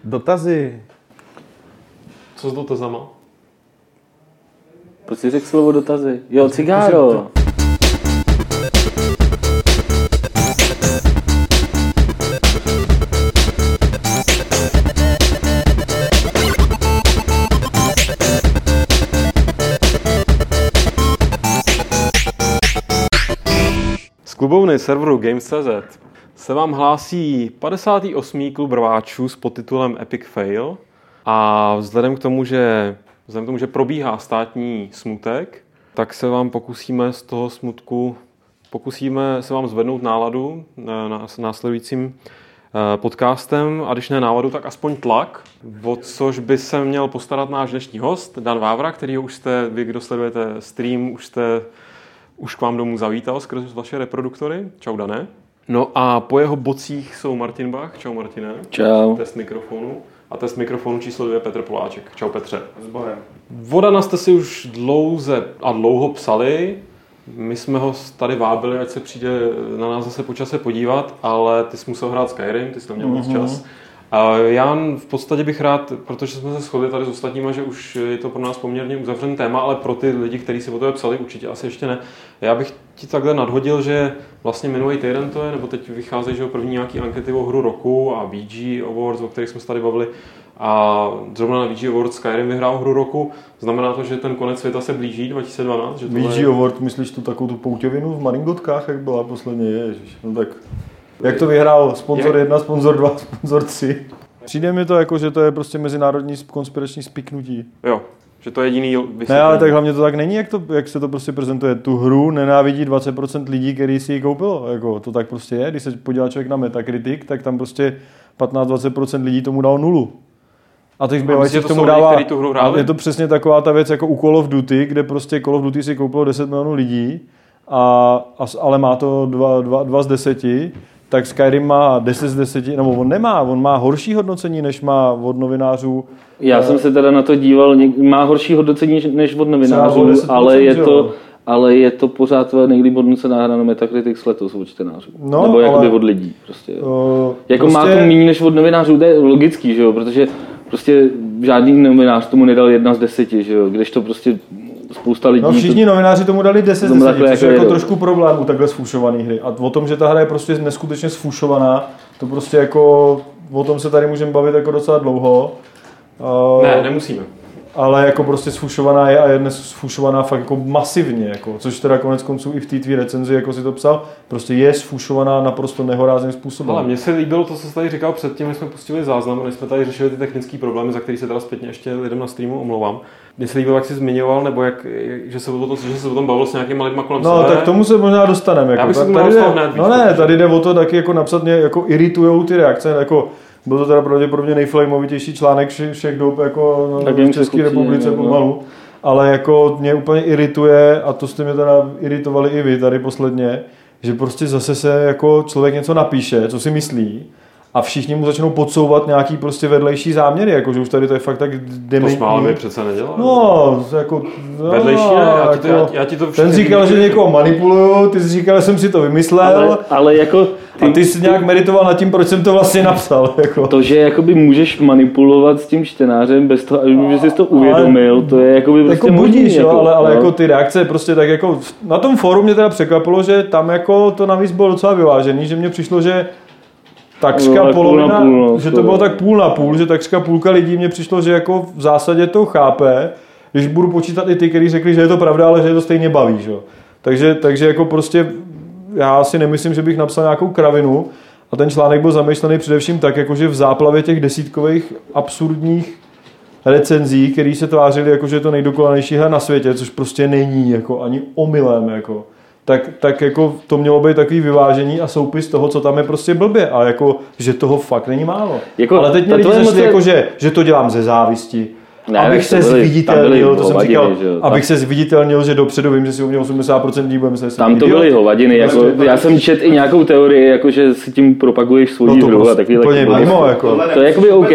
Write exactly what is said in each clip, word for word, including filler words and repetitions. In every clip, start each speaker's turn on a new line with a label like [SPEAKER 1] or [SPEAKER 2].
[SPEAKER 1] Dotazy.
[SPEAKER 2] Co s dotazama?
[SPEAKER 3] Proč jsi řekl slovo dotazy? Jo, cigáro.
[SPEAKER 2] Z klubovny serveru Games tečka cé zet se vám hlásí padesátý osmý klub rváčů s podtitulem Epic Fail a vzhledem k tomu, že, vzhledem k tomu, že probíhá státní smutek, tak se vám pokusíme z toho smutku, pokusíme se vám zvednout náladu na následujícím podcastem a když ne náladu, tak aspoň tlak, o což by se měl postarat náš dnešní host, Dan Vávra, kterýho už jste, vy kdo sledujete stream, už jste už k vám domů zavítal skrz vaše reproduktory. Čau, Dané. No a po jeho bocích jsou Martin Bach. Čau, Martine.
[SPEAKER 3] Čau.
[SPEAKER 2] Test mikrofonu. A test mikrofonu číslo dvě Petr Poláček. Čau, Petře.
[SPEAKER 1] S Bohem.
[SPEAKER 2] Vodana jste si už dlouze a dlouho psali. My jsme ho tady vábili, ať se přijde na nás zase po čase podívat, ale ty jsi musel hrát Skyrim, ty jsi to měl moc mm-hmm. čas. A já v podstatě bych rád, protože jsme se shodli tady s ostatníma, že už je to pro nás poměrně uzavřený téma, ale pro ty lidi, kteří si o tebe psali, určitě asi ještě ne. Já bych ti takhle nadhodil, že vlastně minulý týden to je, nebo teď vycházejí, že první nějaký ankety o hru roku a V G Awards, o kterých jsme se tady bavili. A zrovna na V G Awards Skyrim vyhrál hru roku. Znamená to, že ten konec světa se blíží dva tisíce dvanáct? Že
[SPEAKER 1] V G je... Award, myslíš tu takovou tu pouťovinu v Maringotkách, jak byla posledně, ježiš, no tak... Jak to vyhrál sponzor jedna, sponzor dva, sponzor tři. Přijde mi to jako, že to je prostě mezinárodní konspirační spiknutí.
[SPEAKER 2] Jo, že to je jediný vysvětlení.
[SPEAKER 1] Ne, ale tak hlavně to tak není, jak, to, jak se to prostě prezentuje. Tu hru nenávidí dvacet procent lidí, který si ji koupilo. Jako, to tak prostě je. Když se podívá člověk na Metacritic, tak tam prostě patnáct až dvacet procent lidí tomu dalo nulu. A teď zbývající k tomu dává, lidi, tu hru hráli? Je to přesně taková ta věc jako u Call of Duty, kde prostě Call of Duty si koupilo deset milionů lidí, a, a, ale má to dva z deseti. Tak Skyrim má deset z deseti, nebo on nemá, on má horší hodnocení, než má od novinářů.
[SPEAKER 3] Já uh, jsem se teda na to díval, má horší hodnocení než od novinářů, ale je to, ale je to pořád nejlíp hodnocená hra na Metacritic letos od čtenářů. No, nebo jakoby od lidí. Prostě. Uh, jako prostě... má to méně než od novinářů, to je logický, že jo, protože prostě žádný novinář tomu nedal jedna z deseti, že jo, kdežto prostě spousta lidí.
[SPEAKER 1] No všichni novináři tomu dali deset z deseti, což je jako trošku problém u takhle sfušované hry. A o tom, že ta hra je prostě neskutečně sfušovaná, to prostě jako, o tom se tady můžeme bavit jako docela dlouho.
[SPEAKER 2] Ne, nemusíme.
[SPEAKER 1] Ale jako prostě sfušovaná je a je dnes sfušovaná fakt jako masivně, jako, což teda konec konců i v té tvý recenzi, jako si to psal, prostě je sfušovaná naprosto nehorázným způsobem.
[SPEAKER 2] Ale mně se líbilo to, co jsi tady říkal předtím, než jsme pustili záznam, než jsme tady řešili ty technické problémy, za které se teda zpětně ještě lidem na streamu omlouvám. Mně se líbilo, jak jsi zmiňoval, nebo jak, že se o tom, že se o tom bavil s nějakýma lidma kolem
[SPEAKER 1] no, sebe. No, tak tomu se možná dostaneme. Jako,
[SPEAKER 2] já bych se
[SPEAKER 1] tady jde,
[SPEAKER 2] hned
[SPEAKER 1] no ne, tady jde o to taky jako napsat mě, jako iritujou ty reakce, jako byl to teda pravděpodobně nejflamovitější článek všech, všech dob jako v České republice pomalu, ale jako mě úplně irituje, a to jste mě teda iritovali i vy tady posledně, že prostě zase se jako člověk něco napíše, co si myslí, a všichni mu začnou podsouvat nějaký prostě vedlejší záměry, jako že už tady to je fakt tak dementní.
[SPEAKER 2] To Smál mi přece nedělal.
[SPEAKER 1] No, jako... No,
[SPEAKER 2] vedlejší, ne, já, ti to, já, já ti to
[SPEAKER 1] ten říkal, že někoho manipuluju, ty jsi říkal, že jsem si to vymyslel.
[SPEAKER 3] Ale, ale jako...
[SPEAKER 1] Ty, a ty jsi nějak meditoval nad tím, proč jsem to vlastně napsal. Jako.
[SPEAKER 3] To, že jakoby můžeš manipulovat s tím čtenářem bez toho, že jsi to uvědomil, ale, to je jakoby prostě
[SPEAKER 1] jako
[SPEAKER 3] možný.
[SPEAKER 1] Budíš,
[SPEAKER 3] jako,
[SPEAKER 1] jo, ale, ale
[SPEAKER 3] no.
[SPEAKER 1] jako ty reakce prostě tak jako... Na tom fóru mě teda překvapilo, že tam jako to navíc bylo docela vyvážený, že mně přišlo, že takřka no, polovina, půl půl, no, že to bylo tak půl na půl, že takřka půlka lidí mě přišlo, že jako v zásadě to chápe, když budu počítat i ty, kteří řekli, že je to pravda, ale že je to stejně baví, že? Takže, takže jako prostě já si nemyslím, že bych napsal nějakou kravinu a ten článek byl zamýšlený především tak, jakože v záplavě těch desítkových absurdních recenzí, které se tvářily jako, že je to nejdokonalejší hra na světě, což prostě není jako ani omylem, jako. Tak, tak jako to mělo být takový vyvážení a soupis toho, co tam je prostě blbě, a jako, že toho fakt není málo. Jako, ale teď mě lidi začali, jako, že, že to dělám ze závisti. Ne, abych se byli, zviditelnil, to jsem hovadiny, říkal, že abych se zviditelnil, že dopředu vím, že si u mě osmdesát procent lidí budeme se
[SPEAKER 3] tam to byly hovadiny, jako, já jsem čet i nějakou teorii, jako, že si tím propaguješ svou
[SPEAKER 1] no
[SPEAKER 3] hru a takový
[SPEAKER 1] úplně mimo, jako.
[SPEAKER 3] To je jakoby OK.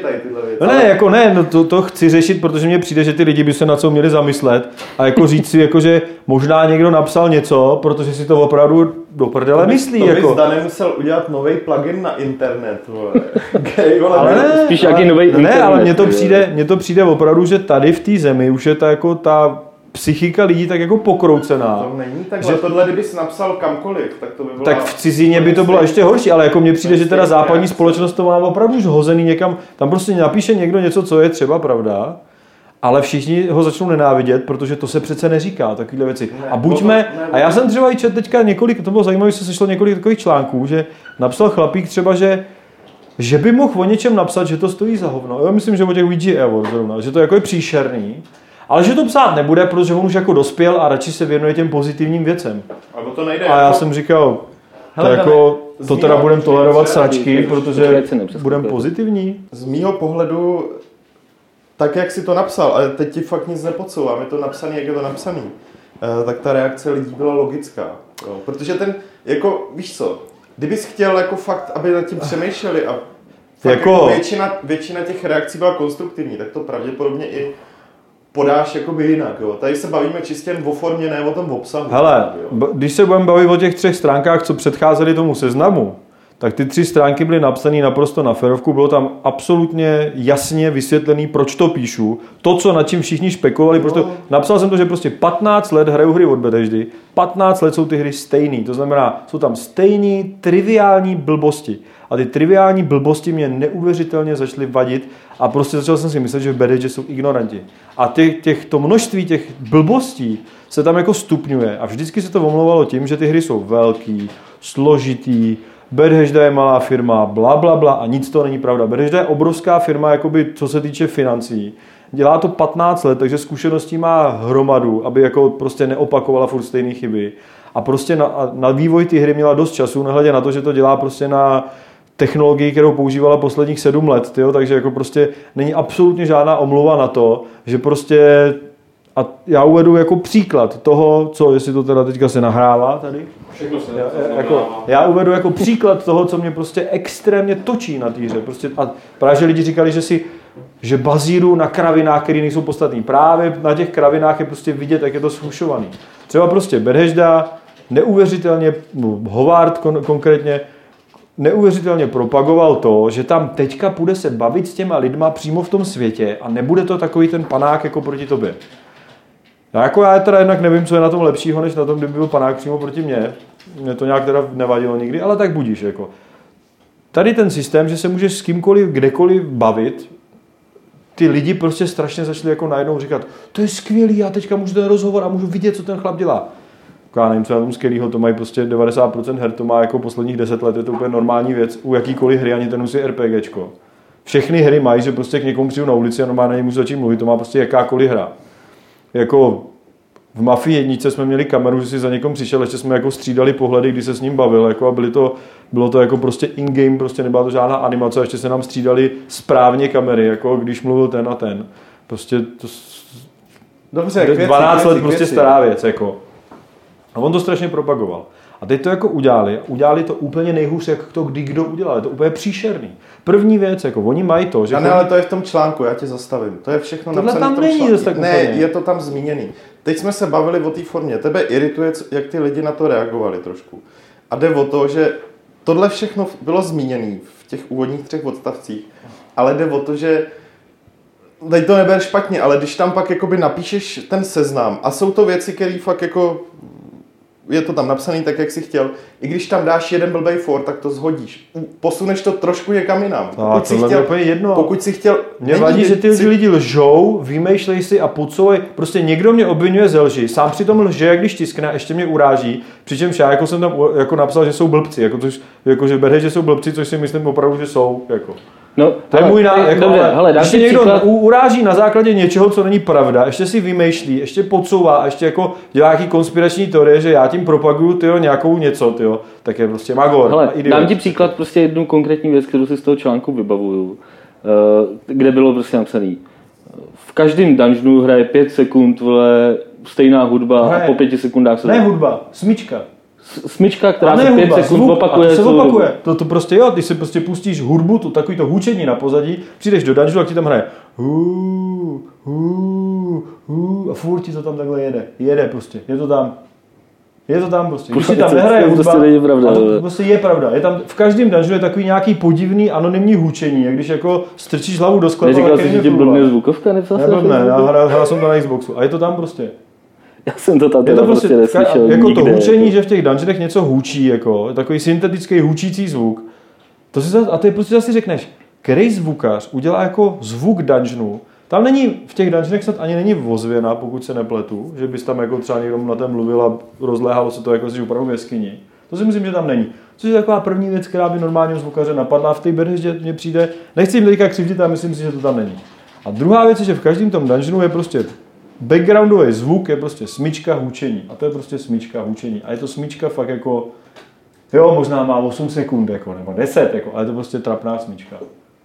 [SPEAKER 1] No ne, jako ne, no to, to chci řešit, protože mně přijde, že ty lidi by se na co měli zamyslet a jako říct si, jako, že možná někdo napsal něco, protože si to opravdu do prdele myslí.
[SPEAKER 4] To
[SPEAKER 1] jako.
[SPEAKER 4] bys Danem musel udělat nový plugin na internet. Okay, vole,
[SPEAKER 1] ale ne,
[SPEAKER 3] spíš
[SPEAKER 1] ale,
[SPEAKER 3] jaký nový internet.
[SPEAKER 1] Ne, ale mně to, přijde, mně to přijde opravdu, že tady v té zemi už je ta, jako ta psychika lidí tak jako pokroucená.
[SPEAKER 4] To není takhle, že tohle kdybys napsal kamkoliv, tak to by bylo...
[SPEAKER 1] Tak v cizině by to bylo ještě horší, ale jako mně přijde, že teda západní společnost to má opravdu už hozený někam, tam prostě napíše někdo něco, co je třeba pravda, ale všichni ho začnou nenávidět, protože to se přece neříká, takovýhle věci. Ne, a buďme, ne, ne, a já jsem třeba i čet teďka několik, to bylo zajímavé, že se sešlo několik takových článků, že napsal chlapík třeba, že že by mohl o něčem napsat, že to stojí za hovno. Já myslím, že o těch Ouija Evo zrovna, že to jako je příšerný. Ale že to psát nebude, protože on už jako dospěl a radši se věnuje těm pozitivním věcem.
[SPEAKER 4] Ale to nejde.
[SPEAKER 1] A já jako... jsem říkal, hele, to, jako, to teda budeme tolerovat sračky, protože budeme pozitivní.
[SPEAKER 4] Z mýho pohledu, tak jak si to napsal, ale teď ti fakt nic nepodsouvám, je to napsaný, jak je to napsaný, tak ta reakce lidí byla logická. Jo. Protože ten, jako, víš co, kdybys chtěl jako fakt, aby nad tím přemýšleli a fakt jako... Jako většina, většina těch reakcí byla konstruktivní, tak to pravděpodobně i podáš jakoby jinak, jo. Tady se bavíme čistě jen o formě, ne o tom obsahu.
[SPEAKER 1] Hele, b- když se budeme bavit o těch třech stránkách, co předcházely tomu seznamu, tak ty tři stránky byly napsané naprosto na férovku, bylo tam absolutně jasně vysvětlený, proč to píšu, to, co nad čím všichni špekulovali, proč to... Napsal jsem to, že prostě patnáct let hraju hry od Bethesdy, patnáct let jsou ty hry stejný, to znamená, jsou tam stejný triviální blbosti. A ty triviální blbosti mě neuvěřitelně začaly vadit a prostě začal jsem si myslet, že v Bethesdě jsou ignoranti. A těch, těch, to množství těch blbostí se tam jako stupňuje a vždycky se to omlouvalo tím, že ty hry jsou velký, složitý, Bethesda je malá firma, bla, bla, bla a nic to není pravda. Bethesda je obrovská firma, jakoby, co se týče financí. Dělá to patnáct let, takže zkušeností má hromadu, aby jako prostě neopakovala furt stejné chyby. A prostě na, na vývoj té hry měla dost času, nehledě na to, že to dělá prostě na technologii, kterou používala posledních sedm let, tyjo, takže jako prostě není absolutně žádná omluva na to, že prostě, a já uvedu jako příklad toho, co, jestli to teda teďka se nahrává tady,
[SPEAKER 2] všechno se
[SPEAKER 1] já, jako, já uvedu jako příklad toho, co mě prostě extrémně točí na té hře, prostě, a právě že lidi říkali, že si že bazíru na kravinách, které nejsou podstatný. Právě na těch kravinách je prostě vidět, jak je to sfušovaný. Třeba prostě Bethesda neuvěřitelně, Howard kon- konkrétně, neuvěřitelně propagoval to, že tam teďka půjde se bavit s těma lidma přímo v tom světě a nebude to takový ten panák jako proti tobě. Já jako já teda jednak nevím, co je na tom lepšího, než na tom, kdyby byl panák přímo proti mně. Mě to nějak teda nevadilo nikdy, ale tak budíš. Jako. Tady ten systém, že se můžeš s kýmkoliv, kdekoliv bavit, ty lidi prostě strašně začali jako najednou říkat, to je skvělý, já teďka můžu ten rozhovor a můžu vidět, co ten chlap dělá. Já nevím, co na tom skvělýho, to mají prostě devadesát procent her, to má jako posledních deset let, je to úplně normální věc, u jakýkoliv hry, ani ten musí RPGčko. Všechny hry mají, že prostě k někomu přijdu na ulici a normálně nemůžu začít mluvit, to má prostě jakákoliv hra. Jako v Mafii jedničce jsme měli kameru, že si za někom přišel, ještě jsme jako střídali pohledy, když se s ním bavil, jako a byly to, bylo to jako prostě in-game, prostě nebyla to žádná animace, ještě se nám střídali správně kamery, jako když mluvil ten a ten. Prostě to
[SPEAKER 4] dobře,
[SPEAKER 1] dvanáct věci, let prostě věci. Stará věc, jako. A on to strašně propagoval. A teď to jako udělali, udělali to úplně nejhůř, jak to kdy kdo udělal, je to úplně příšerný. První věc, jako oni mají to, že...
[SPEAKER 4] A ne, ale to je v tom článku, já tě zastavím. To je všechno
[SPEAKER 1] tohle
[SPEAKER 4] napsané
[SPEAKER 1] tam
[SPEAKER 4] v tom
[SPEAKER 1] není
[SPEAKER 4] článku.
[SPEAKER 1] Tak
[SPEAKER 4] ne,
[SPEAKER 1] úplně.
[SPEAKER 4] Je to tam zmíněný. Teď jsme se bavili o té formě. Tebe irituje, jak ty lidi na to reagovali trošku. A jde o to, že tohle všechno bylo zmíněné v těch úvodních třech odstavcích, ale jde o to, že teď to neber špatně, ale když tam pak jakoby napíšeš ten seznam a jsou to věci, které fakt jako je to tam napsaný tak, jak jsi chtěl. I když tam dáš jeden blbej for, tak to zhodíš. Posuneš to trošku někam jinam.
[SPEAKER 1] Pokud si chtěl,
[SPEAKER 4] jedno. Pokud si chtěl...
[SPEAKER 1] Mě vadí, že ty si... lidi lžou, vymýšlej si a pucouj. Prostě někdo mě obvinuje ze lži. Sám přitom lže, jak když tiskne a ještě mě uráží. Přičemž já jako jsem tam jako napsal, že jsou blbci. Jako, což, jako že Bethesda, že jsou blbci, což si myslím opravdu, že jsou. Jako.
[SPEAKER 3] No,
[SPEAKER 1] to je můj názor. Jako,
[SPEAKER 3] hele,
[SPEAKER 1] když někdo příklad... uráží na základě něčeho, co není pravda, ještě si vymýšlí, ještě podsouvá a ještě jako dělá nějaký konspirační teorie, že já tím propaguju tyjo, nějakou něco, tyjo, tak je prostě magor.
[SPEAKER 3] Hele, dám ti příklad, prostě jednu konkrétní věc, kterou si z toho článku vybavuju, kde bylo prostě napsaný. V každém dungeonu hraje pět sekund, vole, stejná hudba hraje. A po pěti sekundách se...
[SPEAKER 1] Ne hudba, smyčka.
[SPEAKER 3] Smyčka, která se pět sekund zvuk, opakuje.
[SPEAKER 1] A to se opakuje. To, to prostě jo, když si prostě pustíš hudbu, to takový to hučení na pozadí, přijdeš do dungeonu a ti tam hraje huu, huu, huu, a furt ti to tam takhle jede. Jede prostě, je to tam. Je to tam prostě. Když si tam nehraje hudba,
[SPEAKER 3] to není pravda,
[SPEAKER 1] a to prostě je pravda. Je tam v každém dungeonu je takový nějaký podivný anonymní hučení, jak když jako strčíš hlavu do sklepa.
[SPEAKER 3] Neříkal jsi, že ti blbne zvukovka?
[SPEAKER 1] Nepsal ne, ne, já hrál, hrál jsem to na Xboxu a je to tam prostě.
[SPEAKER 3] Já jsem to tady
[SPEAKER 1] je to
[SPEAKER 3] prostě, prostě neslyšel
[SPEAKER 1] jako
[SPEAKER 3] nikde.
[SPEAKER 1] to hučení, že v těch dungeonech něco hučí, jako takový syntetický hučící zvuk. To si zase, a ty prostě zase řekneš, který zvukař udělá jako zvuk dungeonu. Tam není, v těch dungeonech snad ani není ozvěna, pokud se nepletu, že bys tam jako třeba někdo na tom mluvil a rozléhalo se to jako si opravdu v jeskyni. To si myslím, že tam není. Což je taková první věc, která by normálního zvukaře napadla v té Bethesdě, mně přijde. Nechci jim teďka křivdit, ale myslím si, že to tam není. A druhá věc je, že v každém tom dungeonu je prostě backgroundový zvuk, je prostě smyčka hučení. A to je prostě smyčka hučení. A je to smyčka fakt jako, jo, možná má osm sekund, jako, nebo deset, jako, ale je to prostě trapná smyčka.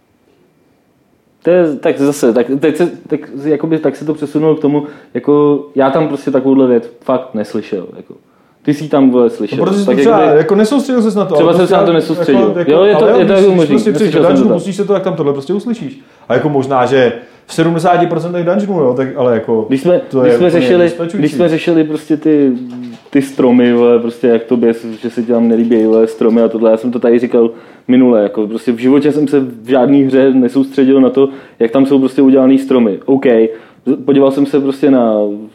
[SPEAKER 3] To je, tak zase, tak, teď se, tak, jakoby, tak se to přesunulo k tomu, jako já tam prostě takovouhle věc fakt neslyšel. Jako. Ty jsi tam vole slyšel.
[SPEAKER 1] No, protože
[SPEAKER 3] tak
[SPEAKER 1] třeba,
[SPEAKER 3] jakoby,
[SPEAKER 1] jako nesoustředil ses na to.
[SPEAKER 3] Třeba jsem se na to nesoustředil.
[SPEAKER 1] Jako, jako,
[SPEAKER 3] jo, je to,
[SPEAKER 1] ale
[SPEAKER 3] je to
[SPEAKER 1] když,
[SPEAKER 3] jako
[SPEAKER 1] když
[SPEAKER 3] možný.
[SPEAKER 1] prostě přijdeš do dungeonu, musíš se to, tak tam tohle prostě uslyšíš. A jako možná, že v sedmdesát procent dungeonů, jo, tak, ale jako
[SPEAKER 3] když jsme,
[SPEAKER 1] to
[SPEAKER 3] když
[SPEAKER 1] je
[SPEAKER 3] jsme řešili, když jsme řešili prostě ty, ty stromy, vole, prostě jak tobě, že se ti tam nelíbí vole, stromy a tohle, já jsem to tady říkal minule, jako prostě v životě jsem se v žádný hře nesoustředil na to, jak tam jsou prostě udělaný stromy. OK, podíval jsem se prostě na,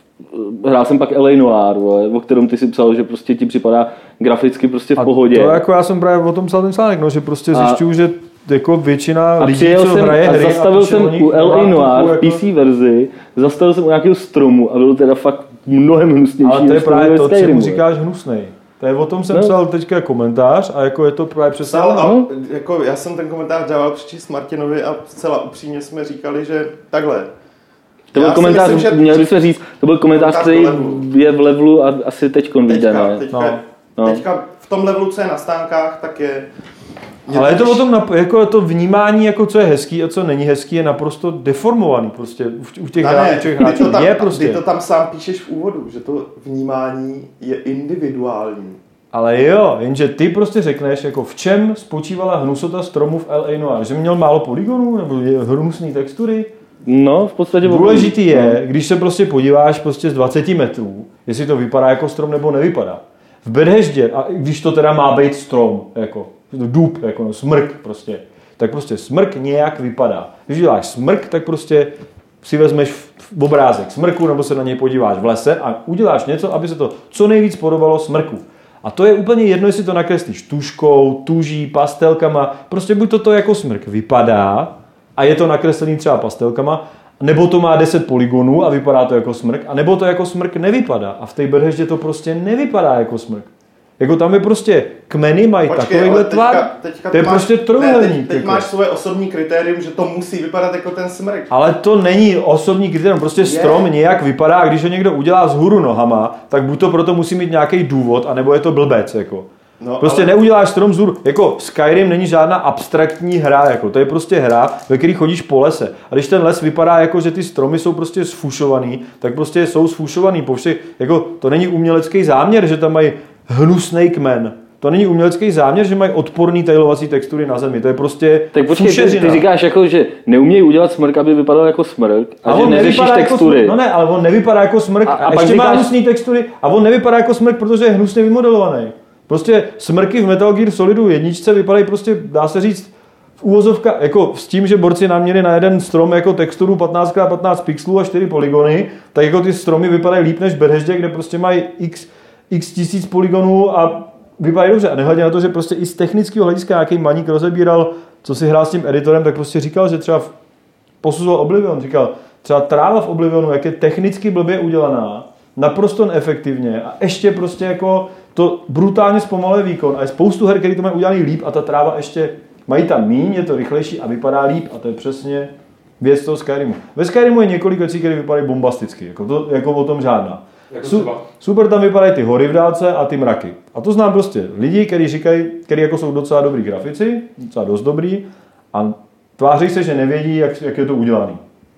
[SPEAKER 3] hrál jsem pak L A Noir, vole, o kterém ty si psal, že prostě ti připadá graficky prostě v
[SPEAKER 1] a
[SPEAKER 3] pohodě.
[SPEAKER 1] To jako já jsem právě o tom psal ten článek, no, že prostě zjišťuju, že jako většina
[SPEAKER 3] a
[SPEAKER 1] lidí, co
[SPEAKER 3] jsem,
[SPEAKER 1] hraje hry
[SPEAKER 3] a zastavil
[SPEAKER 1] a
[SPEAKER 3] jsem u L A Noir v P C jako verzi, zastavil jsem u nějakého stromu a byl teda fakt mnohem hnusnější.
[SPEAKER 1] Ale to je právě to, čemu říkáš hnusnej. To je, o tom jsem no. psal teďka komentář a jako je to právě přesně.
[SPEAKER 4] No. Jako já jsem ten komentář dával přečíst Martinovi a zcela upřímně jsme říkali, že takhle.
[SPEAKER 3] To byl já komentář, myslím, že... měli bychom říct, to byl komentář, který je v levelu a asi teďkon vyjde, ne?
[SPEAKER 4] Teďka, no. No. Teďka v tom levelu, co je na stánkách, tak je...
[SPEAKER 1] Ale je to o tom, jako to vnímání, jako co je hezký a co není hezký, je naprosto deformovaný prostě u těch,
[SPEAKER 4] ne,
[SPEAKER 1] těch hráčů.
[SPEAKER 4] Tam,
[SPEAKER 1] je prostě.
[SPEAKER 4] Ty to tam sám píšeš v úvodu, že to vnímání je individuální.
[SPEAKER 1] Ale jo, jenže ty prostě řekneš, jako v čem spočívala hnusota stromu v L A Noir, že měl málo polygonů nebo hnusný textury?
[SPEAKER 3] No, v podstatě...
[SPEAKER 1] Důležitý je, když se prostě podíváš prostě z dvacet metrů, jestli to vypadá jako strom nebo nevypadá. V Bethesdě, a když to teda má být strom, jako dub, jako no, smrk prostě, tak prostě smrk nějak vypadá. Když děláš smrk, tak prostě si vezmeš v obrázek smrku nebo se na něj podíváš v lese a uděláš něco, aby se to co nejvíc podobalo smrku. A to je úplně jedno, jestli to nakreslíš tužkou, tuží, pastelkama, prostě buď to, to jako smrk vypadá a je to nakreslený třeba pastelkama, nebo to má deset polygonů a vypadá to jako smrk, a nebo to jako smrk nevypadá. A v té Bethesdě to prostě nevypadá jako smrk. Jako tam je prostě kmeny mají takovýhle tvar, teďka to je máš, prostě trojuhelník.
[SPEAKER 4] Teď, teď jako. Máš svoje osobní kritérium, že to musí vypadat jako ten smrk.
[SPEAKER 1] Ale to není osobní kritérium, prostě je. Strom nějak vypadá a když ho někdo udělá vzhůru nohama, tak buď to proto musí mít nějaký důvod, anebo je to blbec. Jako. No, prostě ale... neuděláš strom vzhůru. Jako Skyrim není žádná abstraktní hra, jako. To je prostě hra, ve který chodíš po lese. A když ten les vypadá jako, že ty stromy jsou prostě sfušovaný, tak prostě jsou sfušovaný po všech, jako to není umělecký záměr, že tam mají hnusnej kmen. To není umělecký záměr, že mají odporný tailovací textury na zemi. To je prostě
[SPEAKER 3] tak počkej, ty, ty říkáš jako, že neumějí udělat smrk, aby vypadal jako smrk a, a že neřešíš textury.
[SPEAKER 1] Jako, no ne, ale on nevypadá jako smrk a, a, a ještě říkáš... má hnusný textury a on nevypadá jako smrk, protože je hnusně vymodelovaný. Prostě smrky v Metal Gear Solidu jedničce vypadají prostě, dá se říct, v úvozovka, jako s tím, že borci nám měli na jeden strom jako texturu patnáct krát patnáct pixelů a čtyři polygony, tak jako ty stromy vypadají líp než v Bethesdě, kde prostě mají x, x tisíc polygonů a vypadají dobře. A nehledě na to, že prostě i z technického hlediska nějaký Maník rozebíral, co si hrál s tím editorem, tak prostě říkal, že třeba posuzoval Oblivion, říkal, třeba tráva v Oblivionu, jak je technicky blbě udělaná, naprosto neefektivně a ještě prostě jako to brutálně zpomaluje výkon a je spoustu her, který to mají udělaný líp a ta tráva ještě mají tam míň, je to rychlejší a vypadá líp a to je přesně věc toho Skyrimu. Ve Skyrimu je několik věcí, které vypadají bombasticky, jako, to, jako o tom žádná.
[SPEAKER 2] Jako
[SPEAKER 1] Su, super tam vypadají ty hory v dálce a ty mraky. A to znám prostě lidi, kteří říkají, kteří jako jsou docela dobrý grafici, docela dost dobrý a tváří se, že nevědí, jak, jak je to udělané.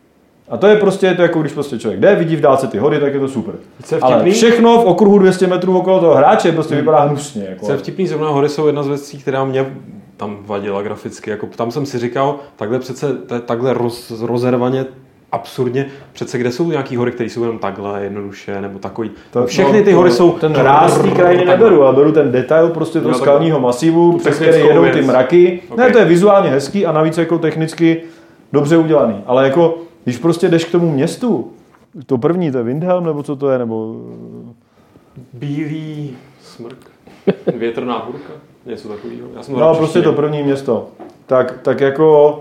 [SPEAKER 1] A to je prostě to jako když prostě člověk jde, vidí v dálce ty hory, tak je to super. Ale všechno v okruhu dvě stě metrů okolo toho hráče prostě vypadá hnusně. Jako.
[SPEAKER 2] Co je vtipný, zrovna hory jsou jedna z věcí, která mě tam vadila graficky. Jako, tam jsem si říkal, takhle přece takhle roz, rozervaně absurdně. Přece kde jsou nějaký hory, které jsou jenom takhle jednoduše, nebo takový.
[SPEAKER 1] To,
[SPEAKER 2] všechny
[SPEAKER 1] no,
[SPEAKER 2] ty hory jsou...
[SPEAKER 1] Ten ráz té krajiny neberu, ale beru ten detail prostě toho skalního masivu, přes který jedou věc. Ty mraky. Okay. Ne, to je vizuálně hezký a navíc jako technicky dobře udělaný. Ale jako, když prostě jdeš k tomu městu, to první, to je Windhelm, nebo co to je, nebo...
[SPEAKER 2] Bílý smrk. Větrná hůrka. Něco takového.
[SPEAKER 1] No, prostě to první město. Tak, tak jako...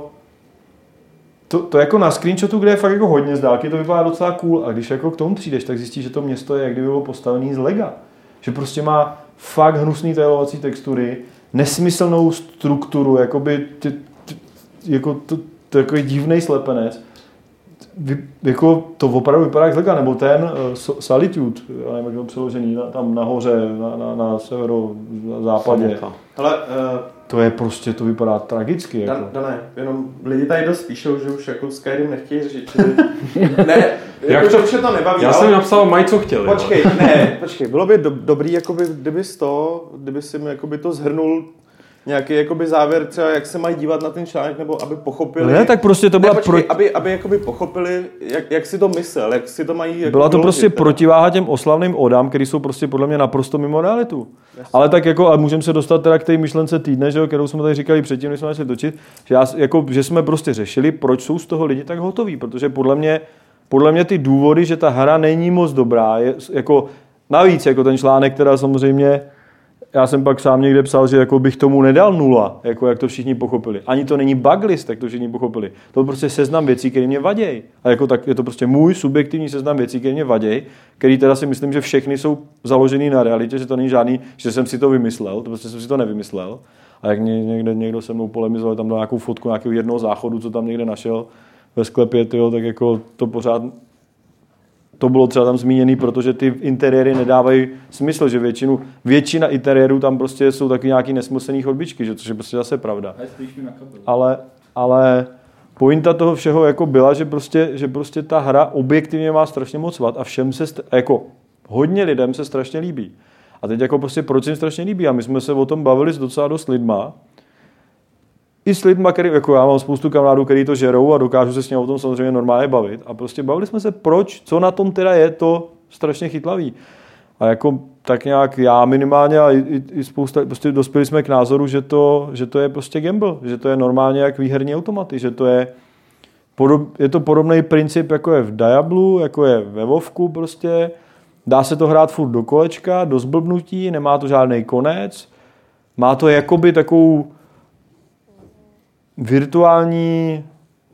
[SPEAKER 1] To, to jako na screenshotu, kde je fakt jako hodně z dálky, to vypadá docela cool. A když jako k tomu přijdeš, tak zjistíš, že to město je, jak kdyby bylo postavené z lega. Že prostě má fakt hnusný tailovací textury, nesmyslnou strukturu, jakoby ty, ty, jako to, to takový divnej slepenec. Vy, jako to opravdu vypadá jak z lega, nebo ten uh, Solitude, já nevím, jak to přeložený, na, tam nahoře, na, na, na severozápadě.
[SPEAKER 4] Ale uh,
[SPEAKER 1] to je prostě, to vypadá tragicky. Jako.
[SPEAKER 4] Dan, Dané, jenom lidi tady dost píšou, že už jako Skyrim nechtějí řešit. Čili... ne, jako, že už je to nebaví.
[SPEAKER 2] Já ale... jsem napsal, mají co chtěli.
[SPEAKER 4] Počkej, ale. ne, počkej, bylo by do, dobrý, jakoby, kdyby to, kdyby si mi jakoby to zhrnul nějaký jakoby závěr, třeba jak se mají dívat na ten článek, nebo aby pochopili...
[SPEAKER 1] Ne, tak prostě to byla...
[SPEAKER 4] Ne, počkej, pro... aby, aby jakoby pochopili, jak, jak si to myslel, jak si to mají... Jako
[SPEAKER 1] byla to prostě teda. Protiváha těm oslavným odám, který jsou prostě podle mě naprosto mimo realitu. Jasně. Ale tak jako, a můžeme se dostat teda k té myšlence týdne, že jo, kterou jsme tady říkali předtím, než jsme začali točit, že, já, jako, že jsme prostě řešili, proč jsou z toho lidi tak hotoví, protože podle mě, podle mě ty důvody, že ta hra není moc dobrá, je, jako navíc, jako ten článek, teda samozřejmě... Já jsem pak sám někde psal, že jako bych tomu nedal nula, jako jak to všichni pochopili. Ani to není bug list, jak to všichni pochopili. To je prostě seznam věcí, které mě vadějí. A jako tak je to prostě můj subjektivní seznam věcí, které mě vadějí, který teda si myslím, že všechny jsou založený na realitě, že to není žádný, že jsem si to vymyslel, to prostě jsem si to nevymyslel. A jak někde někdo se mnou polemizoval, tam dal nějakou fotku nějakého jednoho záchodu, co tam někde našel ve sklepě, tyjo, tak jako to pořád to bylo třeba tam zmíněný, protože ty interiéry nedávají smysl, že většinu, většina interiérů tam prostě jsou taky nějaký nesmyslný chodbičky, že, což je prostě zase pravda. Ale, ale pointa toho všeho jako byla, že prostě, že prostě ta hra objektivně má strašně moc vad a všem se, jako hodně lidem se strašně líbí. A teď jako prostě proč jim strašně líbí? A my jsme se o tom bavili s docela dost lidma, i s lidma, který, jako já mám spoustu kamarádů, který to žerou a dokážu se s ním o tom samozřejmě normálně bavit. A prostě bavili jsme se, proč, co na tom teda je to strašně chytlavý. A jako tak nějak já minimálně a i, i spousta, prostě dospěli jsme k názoru, že to, že to je prostě gamble, že to je normálně jak výherní automaty, že to je, podob, je to podobný princip, jako je v Diablu, jako je ve WoWku prostě. Dá se to hrát furt do kolečka, do zblbnutí, nemá to žádný konec. Má to jakoby takovou virtuální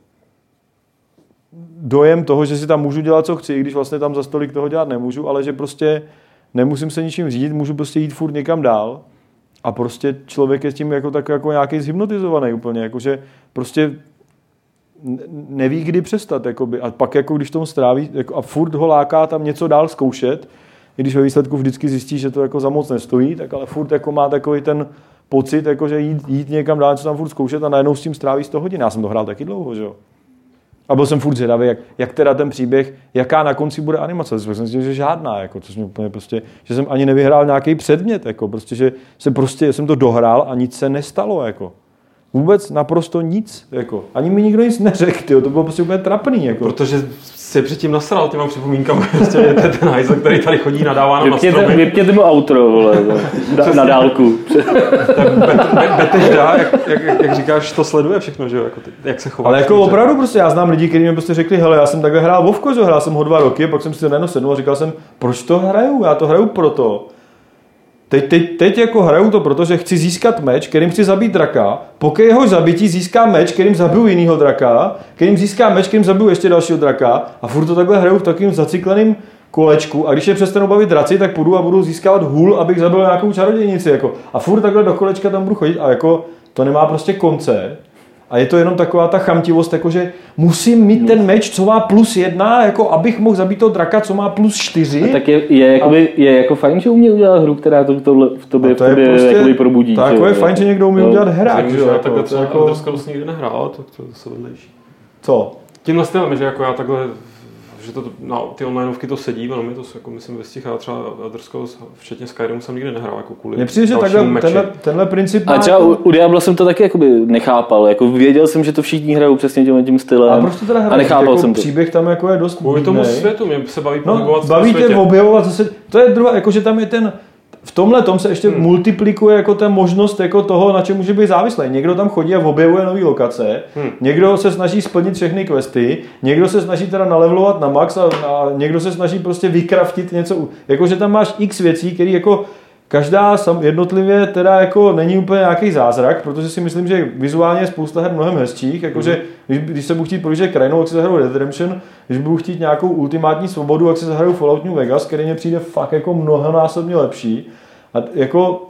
[SPEAKER 1] dojem toho, že si tam můžu dělat, co chci, i když vlastně tam za stolik toho dělat nemůžu, ale že prostě nemusím se ničím řídit, můžu prostě jít furt někam dál a prostě člověk je s tím jako tak jako nějaký zhypnotizovaný úplně, jakože prostě neví, kdy přestat, jakoby. A pak jako když tomu stráví jako, a furt ho láká tam něco dál zkoušet, i když ve výsledku vždycky zjistí, že to jako za moc nestojí, tak ale furt jako má takový ten pocit, jako, že jít, jít někam dál, co tam furt zkoušet a najednou s tím stráví sto hodin. Já jsem to hrál taky dlouho, že jo. A byl jsem furt zvědavý, jak, jak teda ten příběh, jaká na konci bude animace. Jsem si myslel, že žádná, jako, což mě úplně prostě, že jsem ani nevyhrál nějaký předmět, jako, prostě, že jsem prostě, jsem to dohrál a nic se nestalo, jako. Vůbec naprosto nic, jako. Ani mi nikdo nic neřekl, tyjo, to bylo prostě úplně trapný, jako.
[SPEAKER 2] Protože se předtím nasral těma připomínkami, prostě je ten hajzl, který tady chodí, nadává nám na stromy.
[SPEAKER 3] Vypněte mu outro, vole, na, na dálku.
[SPEAKER 2] Tak Betežda, jak, jak, jak říkáš, to sleduje všechno, že jo, jako ty, jak se chová.
[SPEAKER 1] Ale jako opravdu prostě, já znám lidi, kteří mi prostě řekli, hele, já jsem takhle hrál WoWko, že hrál jsem ho dva roky, pak jsem si to najednou sednul a říkal jsem, proč to hraju, já to hraju proto. Teď, teď, teď jako hraju to, protože chci získat meč, kterým chci zabít draka, po jeho zabití získám meč, kterým zabiju jinýho draka, kterým získám meč, kterým zabiju ještě dalšího draka a furt to takhle hraju v takovým zacykleném kolečku a když je přestanou bavit draci, tak půjdu a budu získávat hůl, abych zabil nějakou čarodějnici jako. A furt takhle do kolečka tam budu chodit a jako to nemá prostě konce. A je to jenom taková ta chamtivost, jakože musím mít ten meč, co má plus jedna, jako abych mohl zabít toho draka, co má plus čtyři.
[SPEAKER 3] A tak je, je, jakoby, a... je jako fajn, že umí udělat hru, která to, tohle v tobě,
[SPEAKER 1] to v tobě prostě, jakoby probudí. Tak je fajn, že někdo umí no, udělat hra.
[SPEAKER 2] Že já takhle třeba Elder Scrolls nikdy nehrál, to, to se vedlejší.
[SPEAKER 1] Co?
[SPEAKER 2] Tímhle stylem, že jako já takhle že to, no, ty onlineovky to sedí, velmi to jako myslím vystichá, třeba Elder Scrolls, včetně Skyrimu jsem nikdy nehrál jako kvůli.
[SPEAKER 1] Mně přijde, že takhle, tenhle, tenhle princip
[SPEAKER 3] má... A třeba jako... u Diabla jsem to taky jakoby nechápal, jako věděl jsem, že to všichni hrajou přesně tím, tím stylem.
[SPEAKER 1] A proč to teda hraješ?
[SPEAKER 3] A nechápal
[SPEAKER 1] jako
[SPEAKER 3] jsem to.
[SPEAKER 1] Příběh tam jako je dost
[SPEAKER 2] kvůli tomu světu, mě se baví
[SPEAKER 1] no,
[SPEAKER 2] pohybovat
[SPEAKER 1] baví tě objevovat zase, to je druhá, jakože tam je ten, v tomhle tom se ještě hmm. multiplikuje jako ta možnost jako toho, na čem může být závislý. Někdo tam chodí a objevuje nové lokace, hmm. někdo se snaží splnit všechny questy, někdo se snaží teda nalevelovat na max a, a někdo se snaží prostě vykraftit něco. Jakože tam máš x věcí, které jako každá jednotlivě teda jako není úplně nějaký zázrak, protože si myslím, že vizuálně je spousta her mnohem hezčích, jakože hmm. když, když se budu chtít projíždět krajinou, jak si zahraju Red Redemption, když budu chtít nějakou ultimátní svobodu, jak si zahraju Fallout New Vegas, který mě přijde fakt jako mnohonásobně lepší. A jako,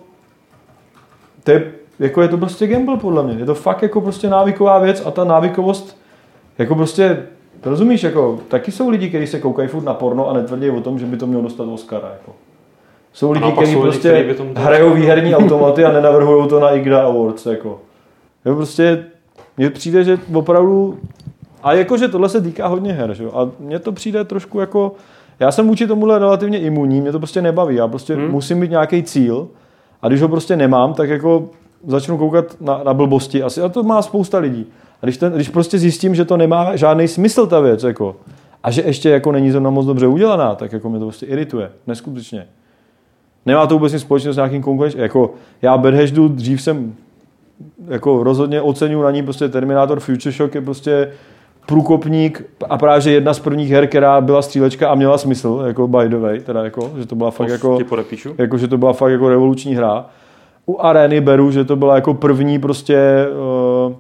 [SPEAKER 1] to je, jako je to prostě gamble podle mě, je to fakt jako prostě návyková věc a ta návykovost, jako prostě, rozumíš, jako taky jsou lidi, kteří se koukají furt na porno a netvrdí o tom, že by to mělo dostat Oscara, jako. Jsou lidi, kteří prostě hrajou výherní automaty a nenavrhují to na I G D A Awards. Jako. Jo, prostě mně přijde, že opravdu... A jakože tohle se týká hodně her. Že? A mně to přijde trošku jako... Já jsem vůči tomuhle relativně imunní, mě to prostě nebaví. Já prostě hmm. musím mít nějaký cíl a když ho prostě nemám, tak jako začnu koukat na, na blbosti. Asi, a to má spousta lidí. A když, ten, když prostě zjistím, že to nemá žádný smysl ta věc jako, a že ještě jako není zrovna moc dobře udělaná, tak jako mě to prostě irituje. Neskutečně. Nemá to vůbec nic společného s nějakým konkurenčním. Jako já Bad Hashdu dřív jsem jako rozhodně oceňuji na ní prostě Terminator Future Shock je prostě průkopník a právě že jedna z prvních her, která byla střílečka a měla smysl, jako by the way, teda jako, že to byla fakt jako, jako, že to byla fakt jako revoluční hra. U Areny beru, že to byla jako první prostě uh,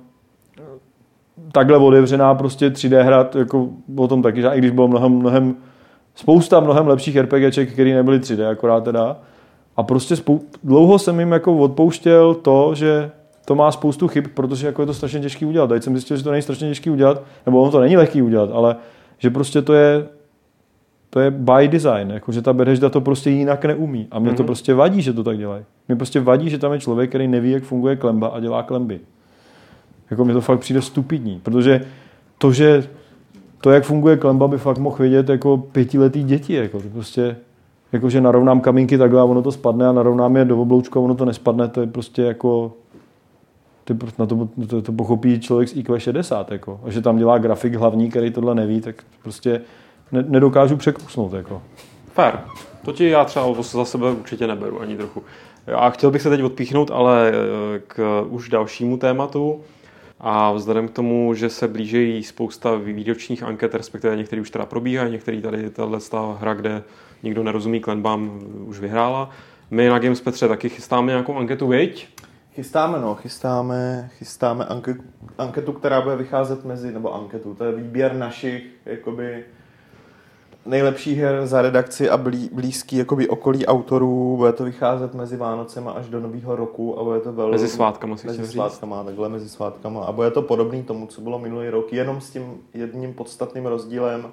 [SPEAKER 1] takhle otevřená prostě tři dé hra, jako o tom taky, i když bylo mnohem, mnohem spousta mnohem lepších RPGček, které nebyly tři dé akorát teda. A prostě spou- dlouho jsem jim jako odpouštěl to, že to má spoustu chyb, protože jako je to strašně těžký udělat. Teď jsem zjistil, že to není strašně těžký udělat, nebo ono to není lehký udělat, ale že prostě to je to je by design, jako že ta Bethesda to prostě jinak neumí. A mě mm-hmm. to prostě vadí, že to tak dělají. Mě prostě vadí, že tam je člověk, který neví, jak funguje klemba a dělá klemby. Jako mě to fakt přijde stupidní, protože to, že to, jak funguje klemba, by fakt mohl vědět jako pětiletý děti. Jako, prostě, jako že narovnám kamínky takhle a ono to spadne a narovnám je do obloučku a ono to nespadne, to je prostě jako ty, na to, to, to pochopí člověk z I Q šedesát. Jako. A že tam dělá grafik hlavní, který tohle neví, tak prostě ne, nedokážu překusnout. Jako.
[SPEAKER 2] Fair. To ti já třeba za sebe určitě neberu ani trochu. A chtěl bych se teď odpíchnout, ale k už dalšímu tématu. A vzhledem k tomu, že se blíží spousta výročních anket, respektive některý už teda probíhají, některý tady tato hra, kde nikdo nerozumí klenbám, už vyhrála. My na Games Petře taky chystáme nějakou anketu, viď?
[SPEAKER 4] Chystáme, no, chystáme, chystáme anketu, anketu, která bude vycházet mezi, nebo anketu, to je výběr našich, jakoby, nejlepších her za redakci a blí, blízký jakoby okolí autorů. Bude to vycházet mezi Vánocema až do Nového roku a bude to velmi...
[SPEAKER 2] Mezi svátkama, si
[SPEAKER 4] Mezi svátkama, takhle mezi svátkama. A bude to podobný tomu, co bylo minulý rok, jenom s tím jedním podstatným rozdílem.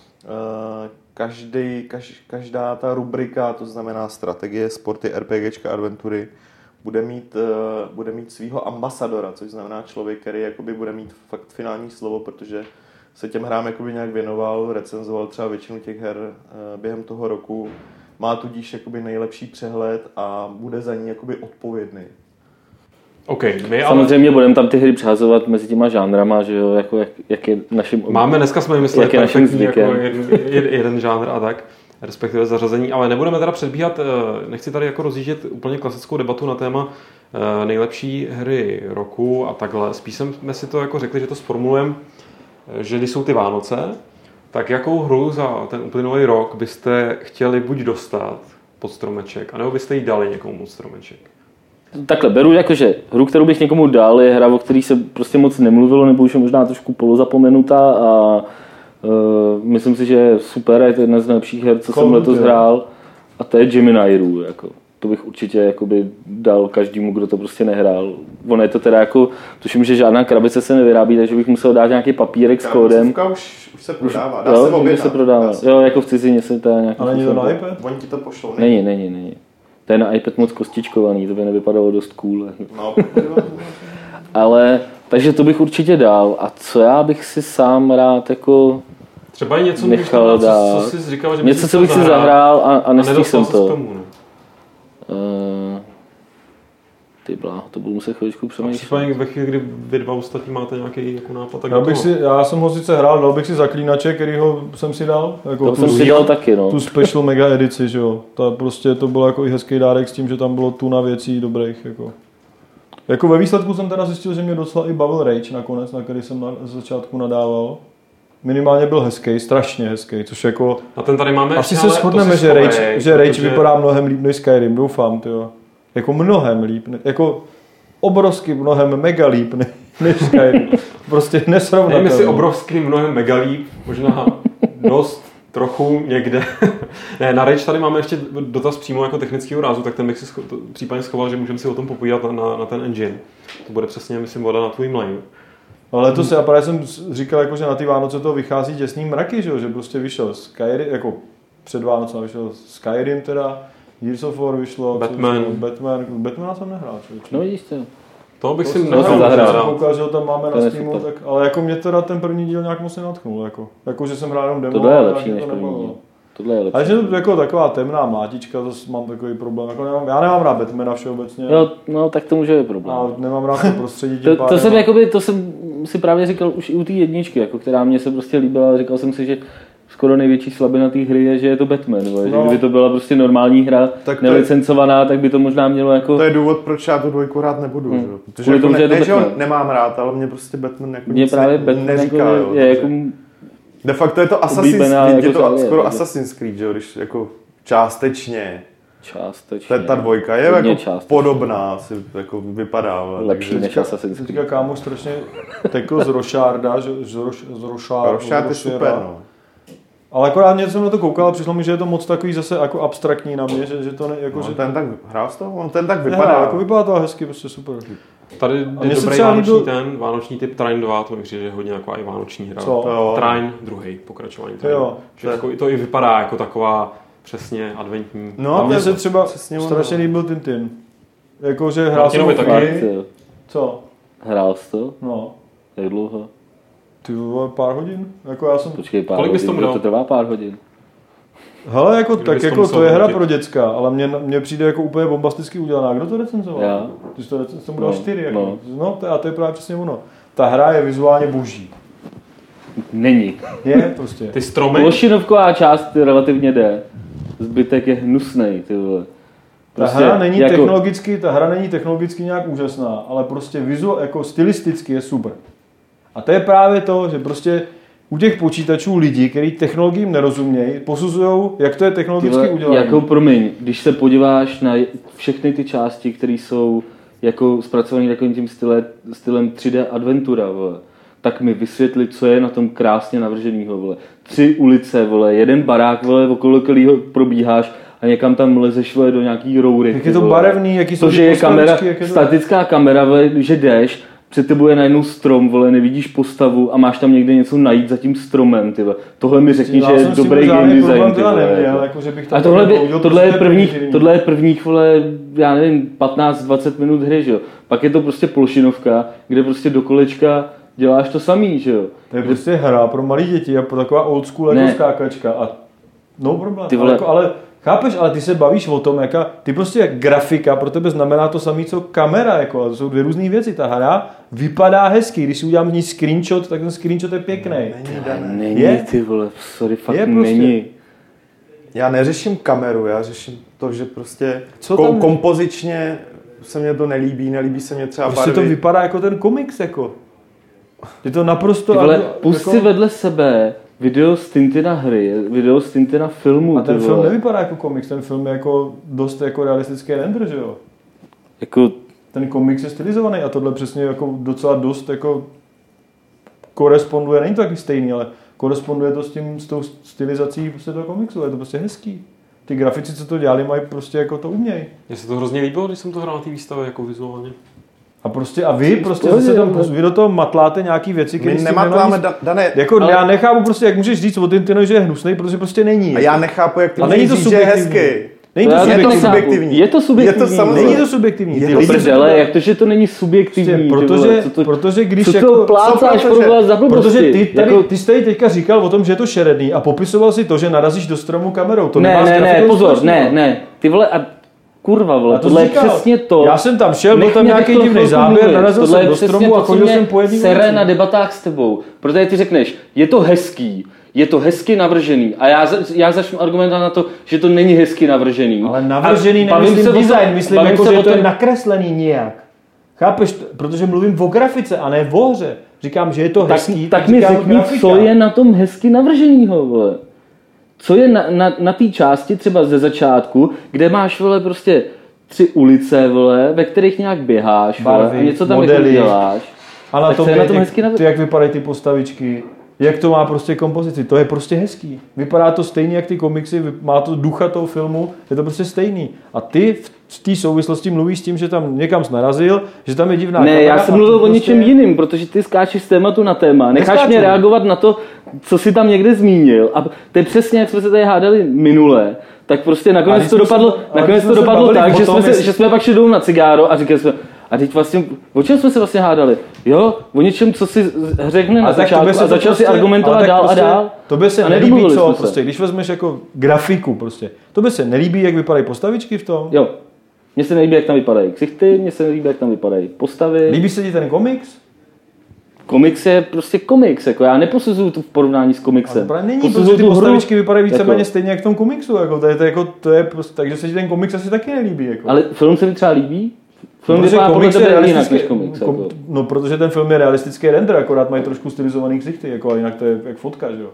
[SPEAKER 4] Každý, kaž, každá ta rubrika, to znamená strategie, sporty, RPGčka, adventury, bude mít, bude mít svýho ambasadora, což znamená člověk, který jakoby bude mít fakt finální slovo, protože se těm hrám jakoby nějak věnoval, recenzoval třeba většinu těch her během toho roku, má tudíž jakoby nejlepší přehled a bude za ní jakoby odpovědný.
[SPEAKER 2] Okay, my
[SPEAKER 3] samozřejmě ale... budeme tam ty hry přehazovat mezi těma žánrama, že jo, jako jak, jak je naším...
[SPEAKER 2] Máme, dneska jsme mysleli perfektní jako jeden, jeden žánr a tak, respektive zařazení, ale nebudeme teda předbíhat, nechci tady jako rozjíždět úplně klasickou debatu na téma nejlepší hry roku a takhle. Spíš jsme si to jako řekli, že to sformulujeme, že když jsou ty Vánoce, tak jakou hru za ten uplynulý rok byste chtěli buď dostat pod stromeček, anebo byste jí dali někomu pod stromeček?
[SPEAKER 3] Takhle, beru jakože hru, kterou bych někomu dal, je hra, o který se prostě moc nemluvilo, nebo už je možná trošku polozapomenutá a uh, myslím si, že je super, je to jedna z nejlepších her, co jsem letos hrál, a to je Gemini Rue, jako. To bych určitě jakoby dal každému, kdo to prostě nehrál. Ono je to teda jako, tuším, že žádná krabice se nevyrábí, takže bych musel dát nějaký papírek s kódem.
[SPEAKER 4] Už, už se prodává, dá
[SPEAKER 3] jo,
[SPEAKER 4] se objednat.
[SPEAKER 3] se prodává. Jo, jako v cizině se to nějaký...
[SPEAKER 1] Ale není to na iPad?
[SPEAKER 4] Oni ti to pošlou.
[SPEAKER 3] Není, není, není. To je na iPad moc kostičkovaný, to by nevypadalo dost cool.
[SPEAKER 4] No,
[SPEAKER 3] ale, takže to bych určitě dal. A co já bych si sám rád jako...
[SPEAKER 2] Třeba je něco,
[SPEAKER 3] nechal
[SPEAKER 2] dát. Co, co jsi říkal, že
[SPEAKER 3] něco, co bych si zahrál a, a nestihl jsem to. Tomu, ne? Uh, ty bláho, to budu muset chvíličku přemýšlet.
[SPEAKER 2] Případně ve chvíli, kdy vy dva ostatní máte nějaký jako nápad, tak
[SPEAKER 1] já, bych si, já jsem ho sice hrál, dal bych si Zaklínače, kterýho jsem si dal. Jako
[SPEAKER 3] to jsem si dal taky, no.
[SPEAKER 1] Tu special mega edici, že jo. Ta prostě to bylo jako i hezký dárek s tím, že tam bylo tuna věcí dobrých, jako. Jako ve výsledku jsem teda zjistil, že mě docela i bavil Rage nakonec, na který jsem na začátku nadával. Minimálně byl hezký, strašně hezký, což jako...
[SPEAKER 2] A ten tady máme
[SPEAKER 1] asi se shodneme, že Rage, že Rage protože... vypadá mnohem líp než Skyrim, doufám, tyjo. Jako mnohem líp, ne, jako obrovsky mnohem mega líp ne, než Skyrim. Prostě nesrovnatelný.
[SPEAKER 2] Nevím, jestli obrovský mnohem mega líp, možná dost, trochu někde. Ne, na Rage tady máme ještě dotaz přímo jako technického rázu, tak ten bych si scho- to, případně schoval, že můžeme si o tom popovídat na, na, na ten engine. To bude přesně, myslím, voda na tvůj mail.
[SPEAKER 1] Ale to se, a právě jsem říkal, jako, že na ty Vánoce to vychází těsný mraky, že, že prostě vyšel Skyrim, jako před Vánocem vyšel Skyrim teda, Gears of War vyšlo,
[SPEAKER 2] Batman.
[SPEAKER 1] Vyšlo, Batman, Batmana jsem nehrál. Člověk.
[SPEAKER 3] No vidíš to.
[SPEAKER 2] To bych
[SPEAKER 1] to
[SPEAKER 2] si
[SPEAKER 1] nehrál, zahrál. Jsem koukal, že ho tam máme to na Steamu, tak, ale jako mě teda ten první díl nějak moc nenadchnul, jako, jako že jsem hrál jenom demo.
[SPEAKER 3] Tohle je lepší než první díl. Tohle je lepší.
[SPEAKER 1] Ale že to jako taková temná mlátička, to mám takový problém. Jako nemám, já nemám rád Batmana všeobecně.
[SPEAKER 3] Jo, no tak to může být problém.
[SPEAKER 1] A nemám rád to prostředí.
[SPEAKER 3] to, to, jsem jakoby, to jsem si právě říkal už i u té jedničky, jako, která mě se prostě líbila. Říkal jsem si, že skoro největší slabina té hry je, že je to Batman. No. Že kdyby to byla prostě normální hra, tak nelicencovaná, tak by to možná mělo jako...
[SPEAKER 4] To je důvod, proč já tu dvojku rád nebudu. Hmm. Že? Protože jako ne, ne, že ho nemám rád, ale mě prostě Batman jako
[SPEAKER 3] mě
[SPEAKER 4] nic
[SPEAKER 3] právě
[SPEAKER 4] ne,
[SPEAKER 3] Batman
[SPEAKER 4] neříká.
[SPEAKER 3] Jako,
[SPEAKER 4] jo,
[SPEAKER 3] je jako...
[SPEAKER 4] De facto je to Assassin's Creed, je to
[SPEAKER 3] jako
[SPEAKER 4] skoro
[SPEAKER 3] je,
[SPEAKER 4] Assassin's Creed, že? Když jako částečně.
[SPEAKER 3] Částečně.
[SPEAKER 4] Ta, ta dvojka je jako částečně. Podobná, si jako vypadá.
[SPEAKER 3] Lepší takže než Assassin's Creed.
[SPEAKER 1] Teďka kámoš strašně tekl z Rocharda, že, z, Roš, z Rochard.
[SPEAKER 4] Rochard je super, no.
[SPEAKER 1] Ale akorát něco jsem na to koukal a přišlo mi, že je to moc takový zase jako abstraktní na mě, že, že to ne, jako,
[SPEAKER 4] no,
[SPEAKER 1] že...
[SPEAKER 4] ten tak, hrál jsi to? On ten tak vypadá.
[SPEAKER 1] Ne, jako vypadá to hezky, prostě super.
[SPEAKER 2] Tady je dobrý vánoční líbil... ten, vánoční typ Trine dva, to mi přijde, že je hodně jako i vánoční hra.
[SPEAKER 1] Co?
[SPEAKER 2] Trine, druhý, pokračování Trine. Že jako, to i vypadá jako taková přesně adventní.
[SPEAKER 1] No a mně se třeba strašně líbil Tintin. Jako, že hrál jsem taky. Co?
[SPEAKER 3] Hrál jsi to?
[SPEAKER 1] No.
[SPEAKER 3] Jak dlouho?
[SPEAKER 1] Ty vole, pár hodin. Jako já jsem...
[SPEAKER 3] Počkej, pár Kolik hodin, to trvá pár hodin.
[SPEAKER 1] Hele, jako, tak jako to je hra pro děcka, ale mně, mně přijde jako úplně bombasticky udělaná. Kdo to recenzoval?
[SPEAKER 3] Já.
[SPEAKER 1] Ty jsi to recenzoval, jsem mu dal
[SPEAKER 3] no,
[SPEAKER 1] čtyři. Jako.
[SPEAKER 3] No.
[SPEAKER 1] no to, a to je právě přesně ono. Ta hra je vizuálně boží.
[SPEAKER 3] Není.
[SPEAKER 1] Je prostě.
[SPEAKER 2] Ty stromy?
[SPEAKER 3] Plošinovková část relativně jde. Zbytek je hnusnej, ty vole.
[SPEAKER 1] Prostě ta hra není jako... technologicky, ta hra není technologicky nějak úžasná, ale prostě vizuál, jako stylisticky je super. A to je právě to, že prostě u těch počítačů lidi, kteří technologiím nerozumějí, posuzují, jak to je technologicky udělané.
[SPEAKER 3] Jako promiň, když se podíváš na všechny ty části, které jsou jako zpracované takovým tím stylem, stylem tři dé adventura, vole, tak mi vysvětli, co je na tom krásně navrženýho, vole. Tři ulice, vole, jeden barák, vole, okolo kterého probíháš a někam tam lezeš, vole, do nějaký roury.
[SPEAKER 1] Jak je to barevný, jaký jsou
[SPEAKER 3] to, že je kamera, je to... statická kamera, vole, že jdeš, před tebou je najednou strom, vole, nevidíš postavu a máš tam někde něco najít za tím stromem, ty vole. Tohle mi řekni, že je dobrý game design, ty vole.
[SPEAKER 1] Neměl, jako, že bych
[SPEAKER 3] a tohle, by, tohle, je prvních, tohle je prvních, vole, já nevím, patnáct dvacet minut hry, že jo. Pak je to prostě plošinovka, kde prostě do kolečka děláš to samý, že jo.
[SPEAKER 1] To je prostě hra pro malé děti a pro taková old school jako skákačka a no problém,
[SPEAKER 3] ty vole,
[SPEAKER 1] ale, jako, ale chápeš, ale ty se bavíš o tom, jaká, ty prostě grafika pro tebe znamená to samé, co kamera, jako, to jsou dvě různé věci, ta hra vypadá hezky, když si udělám z ní screenshot, tak ten screenshot je pěkný.
[SPEAKER 3] Není, není je? Ty vole, sorry, fakt je prostě. Není.
[SPEAKER 4] Já neřeším kameru, já řeším to, že prostě kom- kompozičně se mně to nelíbí, nelíbí se mě třeba
[SPEAKER 1] prostě
[SPEAKER 4] barvy.
[SPEAKER 1] To vypadá jako ten komiks, jako. Je to naprosto...
[SPEAKER 3] Ty vole, pust jako... si vedle sebe video z Tintina hry, video z Tintina filmu.
[SPEAKER 1] A ten film nevypadá jako komiks, ten film je jako dost jako realistický render, že jo?
[SPEAKER 3] Jako...
[SPEAKER 1] Ten komiks je stylizovaný a tohle přesně jako docela dost jako koresponduje, není to taky stejný, ale koresponduje to s tím, s tou stylizací prostě toho komiksu, je to prostě hezký. Ty grafici, co to dělali, mají prostě jako to umějí.
[SPEAKER 2] Mně se to hrozně líbilo, když jsem to hrál na té výstavě jako vizuálně. A
[SPEAKER 1] prostě a vy prostě zase tam, vy do toho matláte nějaký věci, které
[SPEAKER 4] my nematláme, da, Dané.
[SPEAKER 1] Jako ale... já nechápu prostě, jak můžeš říct o Tintinovi, že je hnusnej, protože prostě není.
[SPEAKER 4] A já nechápu, jak ty můžeš říct, že je hezký.
[SPEAKER 1] Není to,
[SPEAKER 3] to
[SPEAKER 1] subjektivní.
[SPEAKER 3] subjektivní. Je to subjektivní.
[SPEAKER 1] Je to samozřejmě. Není to subjektivní.
[SPEAKER 3] Je to prdele, jak to, že to není subjektivní.
[SPEAKER 1] Protože, to, protože když
[SPEAKER 3] co
[SPEAKER 1] jako...
[SPEAKER 3] to plácáš pro za blbosti?
[SPEAKER 1] Protože ty, tady, jako, ty jsi tady teďka říkal o tom, že je to šeredný a popisoval si to, že narazíš do stromu kamerou. To
[SPEAKER 3] ne, ne, ne, pozor, ne, ne. Ty vole, a kurva, vole, to tohle je přesně to.
[SPEAKER 1] Já jsem tam šel, byl tam nějaký divný záběr, narazil jsem do stromu a chodil jsem po jedný
[SPEAKER 3] sere na debatách s tebou. Protože ty řekneš, je to hezký, je to hezky navržený. A já, já začnu argumentovat na to, že to není hezky navržený.
[SPEAKER 1] Ale navržený nemyslím design, myslím jako, že to je nakreslený nějak. Chápeš? Protože mluvím o grafice a ne o hře. Říkám, že je to hezký.
[SPEAKER 3] Tak, tak mi řekni, co je na tom hezky navrženýho, vole. Co je na, na, na té části třeba ze začátku, kde máš, vole, prostě tři ulice, vole, ve kterých nějak běháš, barvy, vole, a něco tam modely, děláš.
[SPEAKER 1] A na tom, je, na tom hezky navr... ty, jak vypadají ty postavičky, jak to má prostě kompozici, to je prostě hezký. Vypadá to stejně jak ty komiksy, má to ducha toho filmu, je to prostě stejný. A ty v té souvislosti mluvíš s tím, že tam někam jsi narazil, že tam je divná
[SPEAKER 3] ne,
[SPEAKER 1] kamera.
[SPEAKER 3] Ne, já jsem mluvil o prostě... něčem jiným, protože ty skáčeš z tématu na téma. Necháš Neskáču. mě reagovat na to, co jsi tam někde zmínil. A to je přesně, jak jsme se tady hádali minule, tak prostě nakonec to dopadlo, nakonec to dopadlo tak, že jsme, se, že jsme pak šli dolů na cigáro a říkali jsme, a teď vlastně, o čem jsme se vlastně hádali? Jo, o něčem, co si řekne na začátku a začal prostě, si argumentovat dál prostě, a dál.
[SPEAKER 1] To by se nelíbí, co, prostě, když vezmeš jako grafiku prostě, to by se nelíbí, jak vypadají postavičky v tom?
[SPEAKER 3] Jo, mně se nelíbí, jak tam vypadají ksichty, mně se nelíbí, jak tam vypadají postavy.
[SPEAKER 1] Líbí se ti ten komiks?
[SPEAKER 3] Komiks je prostě komiks, jako já neposuzuju to v porovnání s komiksem.
[SPEAKER 1] Ale není, protože ty postavičky vypadají víceméně jako... stejně jak v tom komiksu, jako to je, to je, jako, to je prostě, takže se ti ten komiks asi taky nelíbí. Jako.
[SPEAKER 3] Ale film se mi třeba líbí? Film vypadá podle tebe jinak než komiks. Kom, jako.
[SPEAKER 1] No, protože ten film je realistický render, akorát mají trošku stylizovaný ksichty, jako, a jinak to je jak fotka, že jo?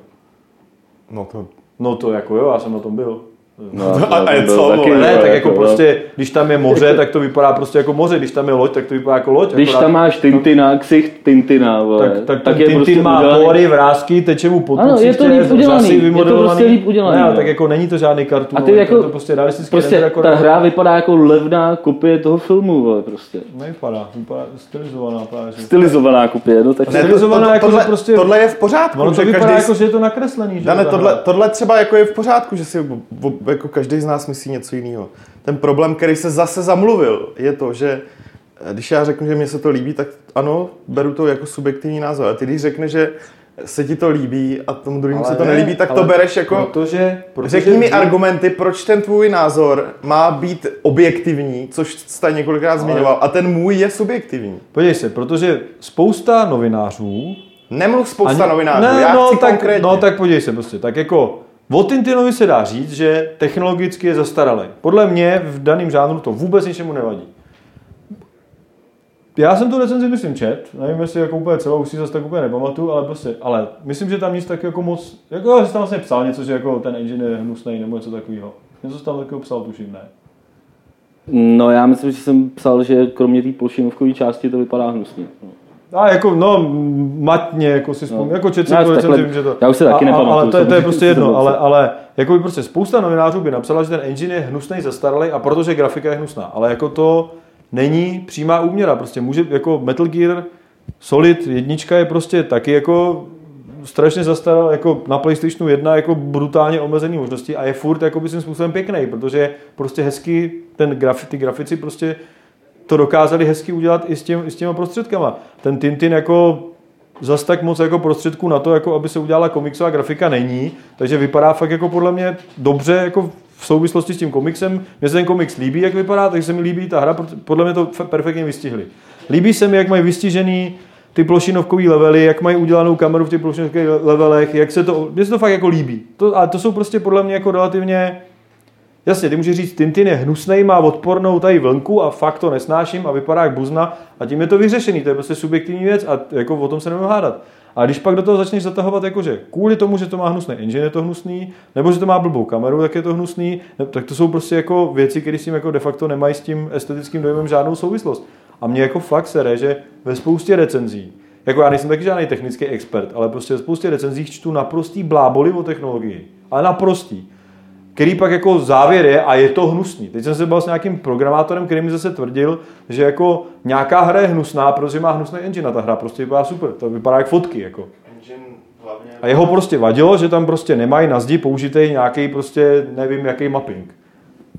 [SPEAKER 4] No to...
[SPEAKER 1] No to jako jo, já jsem na tom byl.
[SPEAKER 4] No, a, a je co?
[SPEAKER 1] Taky, ne, tak jako prostě, když tam je moře, tak to vypadá prostě jako moře, když tam je loď, tak to vypadá jako loď.
[SPEAKER 3] Když
[SPEAKER 1] akorát,
[SPEAKER 3] tam máš Tintina, ksicht Tintina, vole.
[SPEAKER 1] Tak, tak,
[SPEAKER 3] tak
[SPEAKER 1] ten Tintin prostě má
[SPEAKER 3] udělaný...
[SPEAKER 1] pory, vrásky, teče mu pod
[SPEAKER 3] ano, je to líp udělaný, je to prostě líp udělaný.
[SPEAKER 1] Ne, tak jako není to žádný kartun,
[SPEAKER 3] a ty jako,
[SPEAKER 1] to prostě realistický
[SPEAKER 3] prostě
[SPEAKER 1] render, akorát...
[SPEAKER 3] ta hra vypadá jako levná kopie toho filmu, vole, prostě.
[SPEAKER 1] Nevypadá, vypadá stylizovaná právě.
[SPEAKER 3] Stylizovaná kopie, no tak
[SPEAKER 4] ne,
[SPEAKER 1] stylizovaná
[SPEAKER 4] to,
[SPEAKER 1] jako
[SPEAKER 4] tohle,
[SPEAKER 1] prostě...
[SPEAKER 4] Tohle je v pořádku.
[SPEAKER 1] Ono to vypadá jako, že je to nakreslený, že?
[SPEAKER 4] Ne, tohle, tohle třeba jako je v pořádku, že si jako každý z nás myslí něco jiného. Ten problém, který se zase zamluvil, je to, že když já řeknu, že mně se to líbí, tak ano, beru to jako subjektivní názor. A ty když řekneš, že se ti to líbí a tomu druhému se to ne, nelíbí, tak to bereš jako...
[SPEAKER 1] Protože, protože
[SPEAKER 4] řekni mi argumenty, proč ten tvůj názor má být objektivní, což jste několikrát zmiňoval, a ten můj je subjektivní.
[SPEAKER 1] Podívej se, protože spousta novinářů...
[SPEAKER 4] Nemluv spousta
[SPEAKER 1] ani,
[SPEAKER 4] novinářů,
[SPEAKER 1] ne,
[SPEAKER 4] já
[SPEAKER 1] no,
[SPEAKER 4] chci
[SPEAKER 1] tak,
[SPEAKER 4] konkrétně.
[SPEAKER 1] No tak podívej se prostě, tak jako... O Tintinovi se dá říct, že technologicky je zastaralý. Podle mě v daném žánru to vůbec ničemu nevadí. Já jsem tu recenzi myslím čet, nevím, jestli jako úplně celou, už si zase tak úplně nepamatuju, ale prostě, ale myslím, že tam nic tak jako moc, jako já jsem tam vlastně psal něco, že jako ten engine je hnusnej nebo něco takového. Něco jsem tam takového psal, tuším, ne?
[SPEAKER 3] No já myslím, že jsem psal, že kromě té plošinovkové části to vypadá hnusně. No.
[SPEAKER 1] A jako, no, matně, jako si vzpomínám, no. Jako čet si
[SPEAKER 3] no,
[SPEAKER 1] to recenzi, že to...
[SPEAKER 3] Já už se taky nepamatuju.
[SPEAKER 1] Ale to je, to je prostě jedno, ale, ale jako by prostě spousta novinářů by napsala, že ten engine je hnusnej, zastaralý a protože grafika je hnusná, ale jako to není přímá úměra, prostě může, jako Metal Gear Solid jednička je prostě taky jako strašně zastaralý, jako na PlayStationu jedna jako brutálně omezený možnosti a je furt jako by svým způsobem pěkný, protože prostě hezky ten graf, ty grafici prostě to dokázali hezky udělat i s, těm, i s těma prostředkama. Ten Tintin jako zas tak moc jako prostředků na to, jako aby se udělala komiksová grafika není, takže vypadá fakt jako podle mě dobře jako v souvislosti s tím komiksem. Mně se ten komiks líbí, jak vypadá, takže se mi líbí ta hra, podle mě to perfektně vystihli. Líbí se mi, jak mají vystižený ty plošinovkový levely, jak mají udělanou kameru v těch plošinovkových levelech, jak se to, mně se to fakt jako líbí. To, ale to jsou prostě podle mě jako relativně. Jasně, ty můžeš říct, Tintin je hnusnej, má odpornou tady vlnku a fakt to nesnáším a vypadá jak buzna a tím je to vyřešený, to je prostě subjektivní věc a jako o tom se nemůžu hádat. A když pak do toho začneš zatahovat, jakože kvůli tomu, že to má hnusný engine, je to hnusný, nebo že to má blbou kameru, tak je to hnusný, tak to jsou prostě jako věci, které s tím jako de facto nemají s tím estetickým dojmem žádnou souvislost. A mě jako fakt sere, že ve spoustě recenzí, jako já nejsem taky žádný technický expert, ale prostě ve spoustě recenzích čtu naprostý bláboli o technologii, ale naprostý. Který pak jako závěr je a je to hnusný. Teď jsem se bavil s nějakým programátorem, který mi zase tvrdil, že jako nějaká hra je hnusná, protože má hnusný engine a ta hra prostě vypadá super. To vypadá jak fotky. Jako. A jeho prostě vadilo, že tam prostě nemají na zdi použitý nějaký prostě nevím jaký mapping.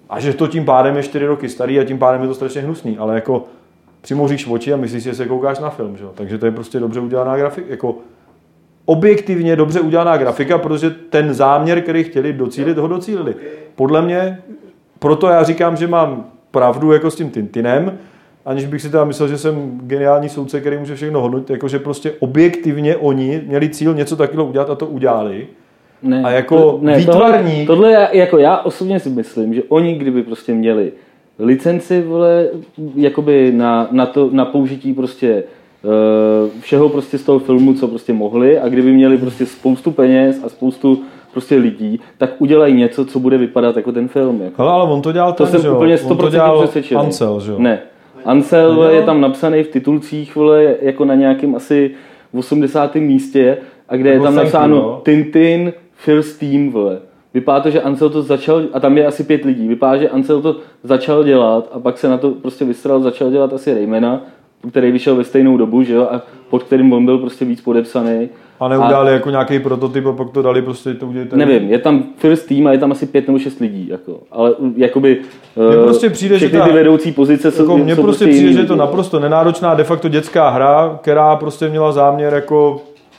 [SPEAKER 1] A že to tím pádem je čtyři roky starý a tím pádem je to strašně hnusný, ale jako přimouříš oči a myslíš si, že se koukáš na film, že? Takže to je prostě dobře udělaná grafika, jako objektivně dobře udělaná grafika, protože ten záměr, který chtěli docílit, ho docílili. Podle mě, proto já říkám, že mám pravdu jako s tím Tintinem, aniž bych si teda myslel, že jsem geniální soudce, který může všechno hodnotit, jakože prostě objektivně oni měli cíl něco takového udělat a to udělali.
[SPEAKER 3] Ne,
[SPEAKER 1] a jako
[SPEAKER 3] ne,
[SPEAKER 1] výtvarník...
[SPEAKER 3] Tohle, tohle jako já osobně si myslím, že oni kdyby prostě měli licenci, vole, jakoby na, na, to, na použití prostě uh, všeho prostě z toho filmu, co prostě mohli, a kdyby měli prostě spoustu peněz a spoustu prostě lidí, tak udělají něco, co bude vypadat jako ten film. Jako.
[SPEAKER 1] Hele, ale on to dělal
[SPEAKER 3] to
[SPEAKER 1] ten,
[SPEAKER 3] jsem úplně sto procent přesvědčený.
[SPEAKER 1] Ansel, že jo?
[SPEAKER 3] Ne. Ansel vole, je tam napsaný v titulcích, vole, jako na nějakém asi osmdesátém místě, a kde je tam napsáno Tintin First Team, vole. Vypadá to, že Ansel to začal, a tam je asi pět lidí, vypadá, že Ansel to začal dělat a pak se na to prostě vystral, začal dělat asi Raymana, který vyšel ve stejnou dobu, že jo, a pod kterým on byl prostě víc podepsaný.
[SPEAKER 1] A neudělali a, jako nějaký prototyp a pak to dali prostě to udělat.
[SPEAKER 3] Nevím, je tam First Team a je tam asi pět nebo šest lidí, jako, ale jakoby
[SPEAKER 1] mně prostě přijde,
[SPEAKER 3] všechny
[SPEAKER 1] že ta,
[SPEAKER 3] ty vedoucí pozice jsou
[SPEAKER 1] jako mně prostě přijde, že je to naprosto nenáročná de facto dětská hra, která prostě měla záměr jako,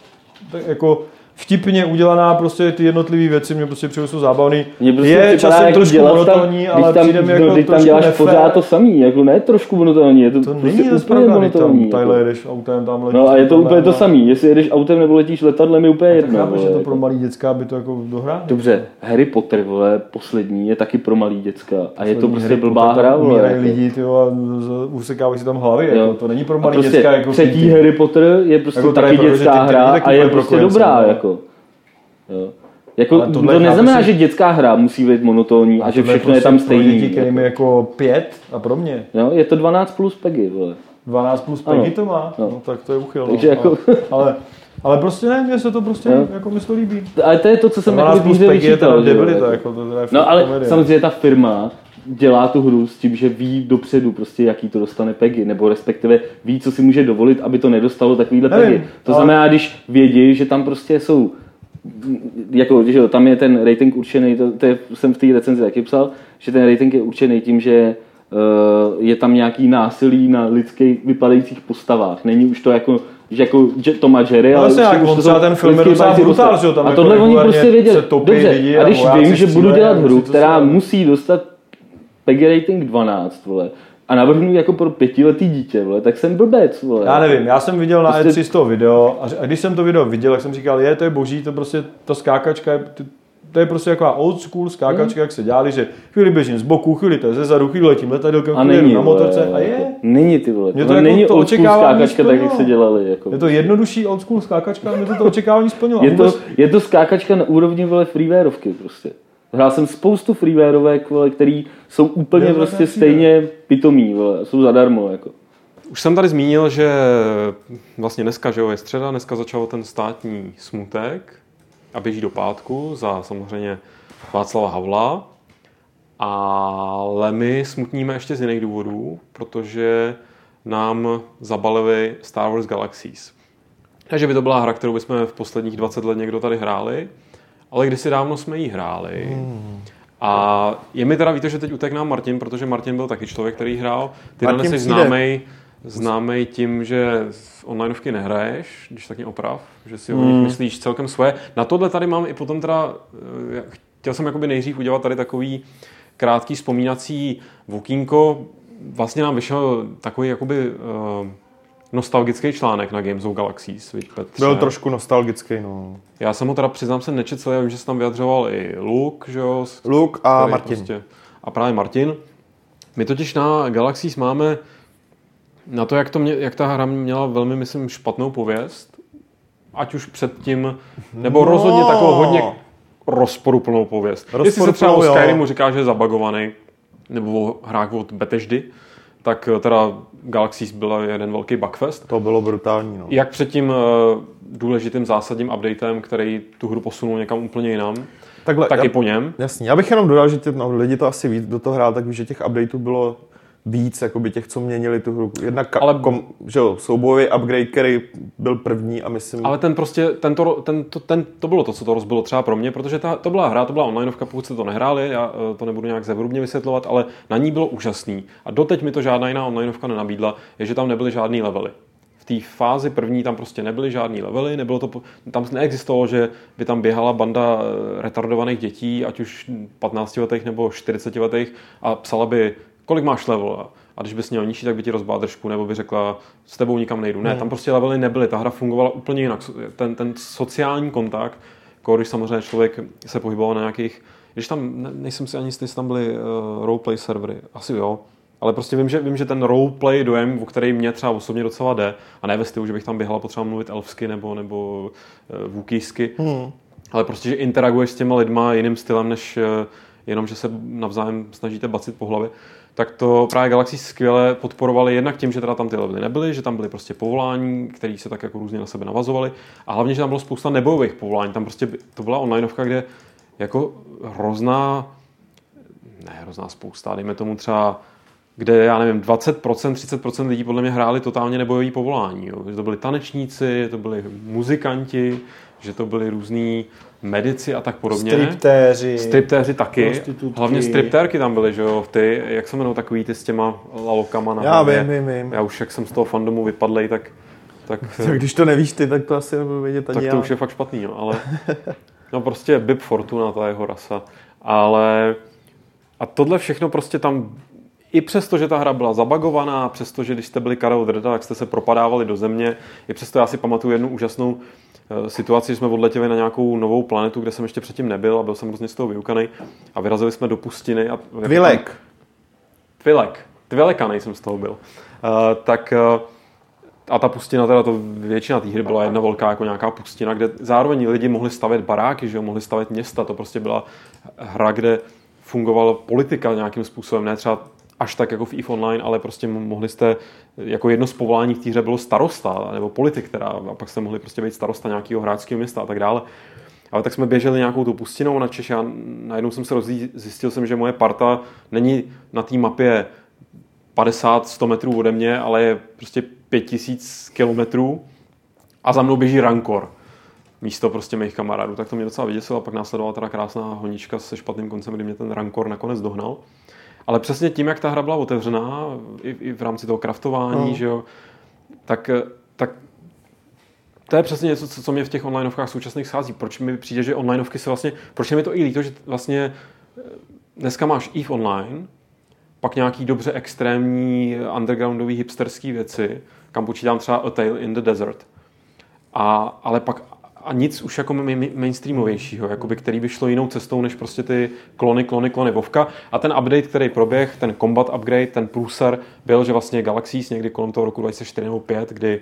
[SPEAKER 1] jako vtipně udělaná, prostě ty jednotlivé věci mě prostě přijde, jsou zábavný.
[SPEAKER 3] Prostě
[SPEAKER 1] je časem trošku monotónní, ale
[SPEAKER 3] tam,
[SPEAKER 1] přijde mi jako
[SPEAKER 3] trošku tam děláš
[SPEAKER 1] nefér.
[SPEAKER 3] Pořád to samý, jako ne trošku monotónní, je to,
[SPEAKER 1] to
[SPEAKER 3] prostě
[SPEAKER 1] není
[SPEAKER 3] úplně monotónní.
[SPEAKER 1] Tam takhle jedeš autem, tam letíš.
[SPEAKER 3] No a je to úplně to samý, jestli jedeš autem nebo letíš letadlem, je úplně jedno.
[SPEAKER 1] Tak chápeš, že to pro malý děcka by to jako dohrá?
[SPEAKER 3] Dobře, Harry Potter, vole, poslední, je taky pro malý děcka a je to prostě blbá hra, vole.
[SPEAKER 1] Umírají lidi, tyjo, a usekávají si tam hlavy, jako, to není pro malý děcka. Jako
[SPEAKER 3] třetí Harry Potter je prostě taky dětská hra a je prostě dobrá, jako. Jo. Jako, to neznamená, si... že dětská hra musí být monotónní a, a že všechno je tam stejný.
[SPEAKER 1] Děti, kterým je jako pět a pro mě.
[SPEAKER 3] Jo, je to dvanáct plus Peggy, vole.
[SPEAKER 1] dvanáct plus Peggy ano. To má? No. no tak to je uchyl.
[SPEAKER 3] Takže no. Jako...
[SPEAKER 1] ale, ale prostě ne, mně se to prostě, no. Jako mi to líbí.
[SPEAKER 3] Ale to je to, co jsem
[SPEAKER 1] jako výzvě vyčítal. Debilita, jako to je
[SPEAKER 3] no ale komedie. Samozřejmě ta firma dělá tu hru s tím, že ví dopředu prostě, jaký to dostane Peggy, nebo respektive ví, co si může dovolit, aby to nedostalo takovýhle Nevím, Peggy. To ale... znamená, když vědí, že tam prostě jsou jako, že jo, tam je ten rating určený, to, to je, jsem v té recenzi taky psal, že ten rating je určený tím, že uh, je tam nějaký násilí na lidských vypadajících postavách. Není už to jako, že jako Tom a Jerry,
[SPEAKER 1] no,
[SPEAKER 3] ale
[SPEAKER 1] už
[SPEAKER 3] jak
[SPEAKER 1] on třeba ten film je docela brutál, že jo, tam
[SPEAKER 3] a
[SPEAKER 1] jako
[SPEAKER 3] tohle oni prostě věděli. Dobře,
[SPEAKER 1] lidi
[SPEAKER 3] a když
[SPEAKER 1] a
[SPEAKER 3] vím, že budu dělat hru, která musí dostat Peggy rating dvanáct, vole, a navrhnu jako pro pětiletý dítě, vole, tak jsem blbec, vole.
[SPEAKER 1] Já nevím, já jsem viděl na prostě... E tři z toho video a když jsem to video viděl, tak jsem říkal, je, to je boží, to prostě, ta skákačka je, to je prostě taková old school skákačka, hmm. jak se dělali, že chvíli běžím z boku, chvíli to je ze zadu, chvíli letím letadlkem, chvíli na motorce a je.
[SPEAKER 3] Není ty vole,
[SPEAKER 1] to,
[SPEAKER 3] to
[SPEAKER 1] jako
[SPEAKER 3] není
[SPEAKER 1] to
[SPEAKER 3] old school skákačka tak, jak se dělali. Jako.
[SPEAKER 1] Je to jednodušší old school skákačka, a mě to, to očekávání splnilo.
[SPEAKER 3] Je to, je to skákačka na úrovni, vole, freewareovky prostě. Hrál jsem spoustu freewareovek, vole, který jsou úplně prostě stejně pitomí, vole, jsou zadarmo, jako.
[SPEAKER 2] Už jsem tady zmínil, že vlastně dneska, že jo, je středa, dneska začal ten státní smutek a běží do pátku za samozřejmě Václava Havla, ale my smutníme ještě z jiných důvodů, protože nám zabalili Star Wars Galaxies. Takže by to byla hra, kterou bychom v posledních dvacet let někdo tady hráli, ale kdysi dávno jsme jí hráli. Hmm. A je mi teda, víte, že teď utek nám Martin, protože Martin byl taky člověk, který hrál. Ty dnes jsi známej, známej tím, že onlineovky nehraješ, když tak mě oprav, že si hmm. o nich myslíš celkem svoje. Na tohle tady mám i potom teda, chtěl jsem jakoby nejdřív udělat tady takový krátký vzpomínací vokínko. Vlastně nám vyšel takový jakoby uh, nostalgický článek na Games of Galaxies.
[SPEAKER 4] Byl trošku nostalgický, no.
[SPEAKER 2] Já jsem ho teda přiznám se nečetl, já vím, že se tam vyjadřoval i Luke, že jo?
[SPEAKER 4] Luke a Martin.
[SPEAKER 2] Prostě, a právě Martin. My totiž na Galaxies máme na to, jak, to mě, jak ta hra měla velmi, myslím, špatnou pověst, ať už předtím, nebo no. rozhodně takovou hodně rozporuplnou pověst. Jestli se třeba o Skyrimu říká, že je zabagovaný, nebo o hrách od Bethesdy, tak teda Galaxies byl jeden velký bugfest.
[SPEAKER 4] To bylo brutální. No.
[SPEAKER 2] Jak před tím uh, důležitým zásadním updatem, který tu hru posunul někam úplně jinam, Takhle, tak já, i po něm.
[SPEAKER 4] Jasně, já bych jenom dodal, že ty, no, lidi to asi víc do toho hrál, tak že těch updateů bylo víc jakoby těch, co měnili tu hru. Jednak ale, kom, že jo, soubojový upgrade, který byl první a myslím...
[SPEAKER 2] Ale ten prostě, ten to, ten, to, ten, to bylo to, co to rozbilo třeba pro mě, protože ta, to byla hra, to byla onlineovka, pokud jste to nehráli, já to nebudu nějak zevrubně vysvětlovat, ale na ní bylo úžasný. A doteď mi to žádná jiná onlineovka nenabídla, je, že tam nebyly žádný levely. V té fázi první tam prostě nebyly žádný levely, nebylo to, tam neexistovalo, že by tam běhala banda retardovaných dětí, ať už patnáctiletých nebo čtyřicetiletých a psala by, kolik máš level. A když bys měl nižší, tak by ti rozbila držku, nebo by řekla, s tebou nikam nejdu. Ne, tam prostě levely nebyly, ta hra fungovala úplně jinak. Ten, ten sociální kontakt, jako když samozřejmě člověk se pohyboval na nějakých, když tam, ne, nejsem si ani jistý, jestli tam byly uh, roleplay servery, asi jo, ale prostě vím že, vím, že ten roleplay dojem, o který mě třeba osobně docela jde, a ne ve stylu, že bych tam běhala potřeba mluvit elfsky nebo, nebo uh, vůkýsky, hmm. ale prostě, že interaguješ s těma lidma jiným stylem, než uh, jenom, že se navzájem snažíte bacit po hlavě. Tak to právě Galaxy skvěle podporovali jednak tím, že teda tam ty levely nebyly, že tam byly prostě povolání, které se tak jako různě na sebe navazovaly a hlavně, že tam bylo spousta nebojových povolání. Tam prostě to byla onlineovka, kde jako hrozná, ne hrozná spousta, dejme tomu třeba, kde já nevím, dvacet procent, třicet procent lidí podle mě hráli totálně nebojový povolání. Jo. Že to byli tanečníci, to byli muzikanti, že to byli různý medici a tak podobně.
[SPEAKER 1] Striptéři.
[SPEAKER 2] Striptéři taky. Hlavně striptérky tam byly, že jo, ty, jak se jmenou takový ty s těma lalokama na
[SPEAKER 1] Já hlavě. vím, vím, vím.
[SPEAKER 2] Já už jak jsem z toho fandomu vypadlej, tak... Tak,
[SPEAKER 1] tak když to nevíš ty, tak to asi nebudu vědět ani
[SPEAKER 2] Tak to
[SPEAKER 1] já.
[SPEAKER 2] už je fakt špatný, jo, ale... No prostě Bib Fortuna, ta jeho rasa. Ale... A tohle všechno prostě tam... I přesto, že ta hra byla zabagovaná, přesto, že když jste byli Karel Drda, tak jste se propadávali do země, i přesto já si pamatuju jednu úžasnou situaci, že jsme odletěli na nějakou novou planetu, kde jsem ještě předtím nebyl a byl jsem hrozně z toho vyukanej a vyrazili jsme do pustiny. A
[SPEAKER 1] Tvilek.
[SPEAKER 2] Tvilek. Tvilekanej jsem z toho byl. Uh, tak uh, a ta pustina, teda to většina té hry byla jedna velká jako nějaká pustina, kde zároveň lidi mohli stavět baráky, že jo, mohli stavět města, to prostě byla hra, kde fungovala politika nějakým způsobem, ne třeba až tak jako v EVE Online, ale prostě mohli jste, jako jedno z povolání v té hře bylo starosta, nebo politik, teda, a pak jste mohli prostě být starosta nějakého hráčského města a tak dále. Ale tak jsme běželi nějakou tu pustinou na Češ a najednou jsem se rozlí, zjistil jsem, že moje parta není na té mapě padesát sto metrů ode mě, ale je prostě pět tisíc kilometrů a za mnou běží Rancor místo prostě mých kamarádů. Tak to mě docela vyděsilo a pak následovala teda krásná honička se špatným koncem, kdy mě ten Rancor nakonec dohnal. Ale přesně tím, jak ta hra byla otevřená, i, i v rámci toho craftování, no. že jo, tak, tak to je přesně něco, co, co mě v těch onlineovkách současných schází. Proč mi přijde, že onlineovky se vlastně, proč je mi to i líto, že vlastně dneska máš EVE Online, pak nějaký dobře extrémní undergroundový hipsterský věci, kam počítám třeba A Tale in the Desert. A, ale pak a nic už jako mainstreamovějšího, jakoby, který by šlo jinou cestou, než prostě ty klony, klony, klony Vovka. A ten update, který proběh, ten combat upgrade, ten průser, byl, že vlastně Galaxies někdy kolem toho roku dva tisíce čtyři nebo pět, kdy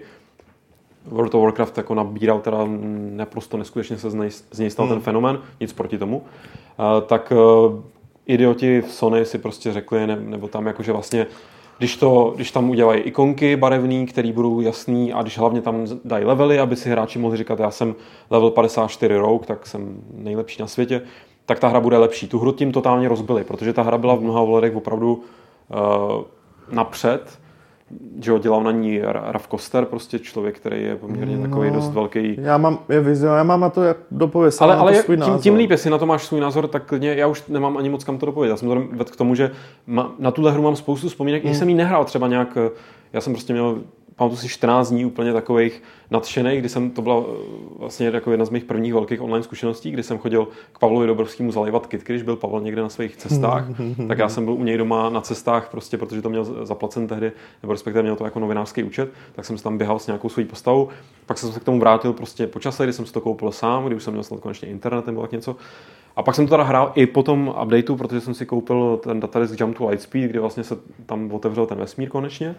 [SPEAKER 2] World of Warcraft jako nabíral teda naprosto neskutečně se z něj stal hmm. ten fenomén, nic proti tomu, uh, tak uh, idioti v Sony si prostě řekli, ne, nebo tam jakože vlastně Když, to, když tam udělají ikonky barevný, které budou jasný a když hlavně tam dají levely, aby si hráči mohli říkat, já jsem level padesát čtyři Rogue, tak jsem nejlepší na světě, tak ta hra bude lepší. Tu hru tím totálně rozbili, protože ta hra byla v mnoha ohledech opravdu uh, napřed, že ho dělal na ní Raf Koster, prostě člověk, který je poměrně no, takový dost velký.
[SPEAKER 1] Já mám, je vize, já mám na to dopovědět,
[SPEAKER 2] ale, ale svůj tím, názor. Tím líp, jestli na to máš svůj názor, tak klidně, já už nemám ani moc kam to dopovědět. Já jsem to vedl k tomu, že ma, na tuhle hru mám spoustu vzpomínek, mm. i jsem ji nehrál třeba nějak, já jsem prostě měl, pamatuju si čtrnáct dní úplně takových nadšených, kdy jsem, to byla vlastně jako jedna z mých prvních velkých online zkušeností, kdy jsem chodil k Pavlovi Dobrovskému zalévat kytky, když byl Pavel někde na svých cestách, tak já jsem byl u něj doma na cestách, prostě protože to měl zaplacen tehdy, nebo respektive měl to jako novinářský účet, tak jsem se tam běhal s nějakou svojí postavou. Pak jsem se k tomu vrátil prostě po čase, kdy jsem si to koupil sám, kdy už jsem měl snad konečně internet nebo tak něco. A pak jsem to teda hrál i po tom updateu, protože jsem si koupil ten datadisk Jump to Lightspeed, kdy vlastně se tam otevřel ten vesmír konečně.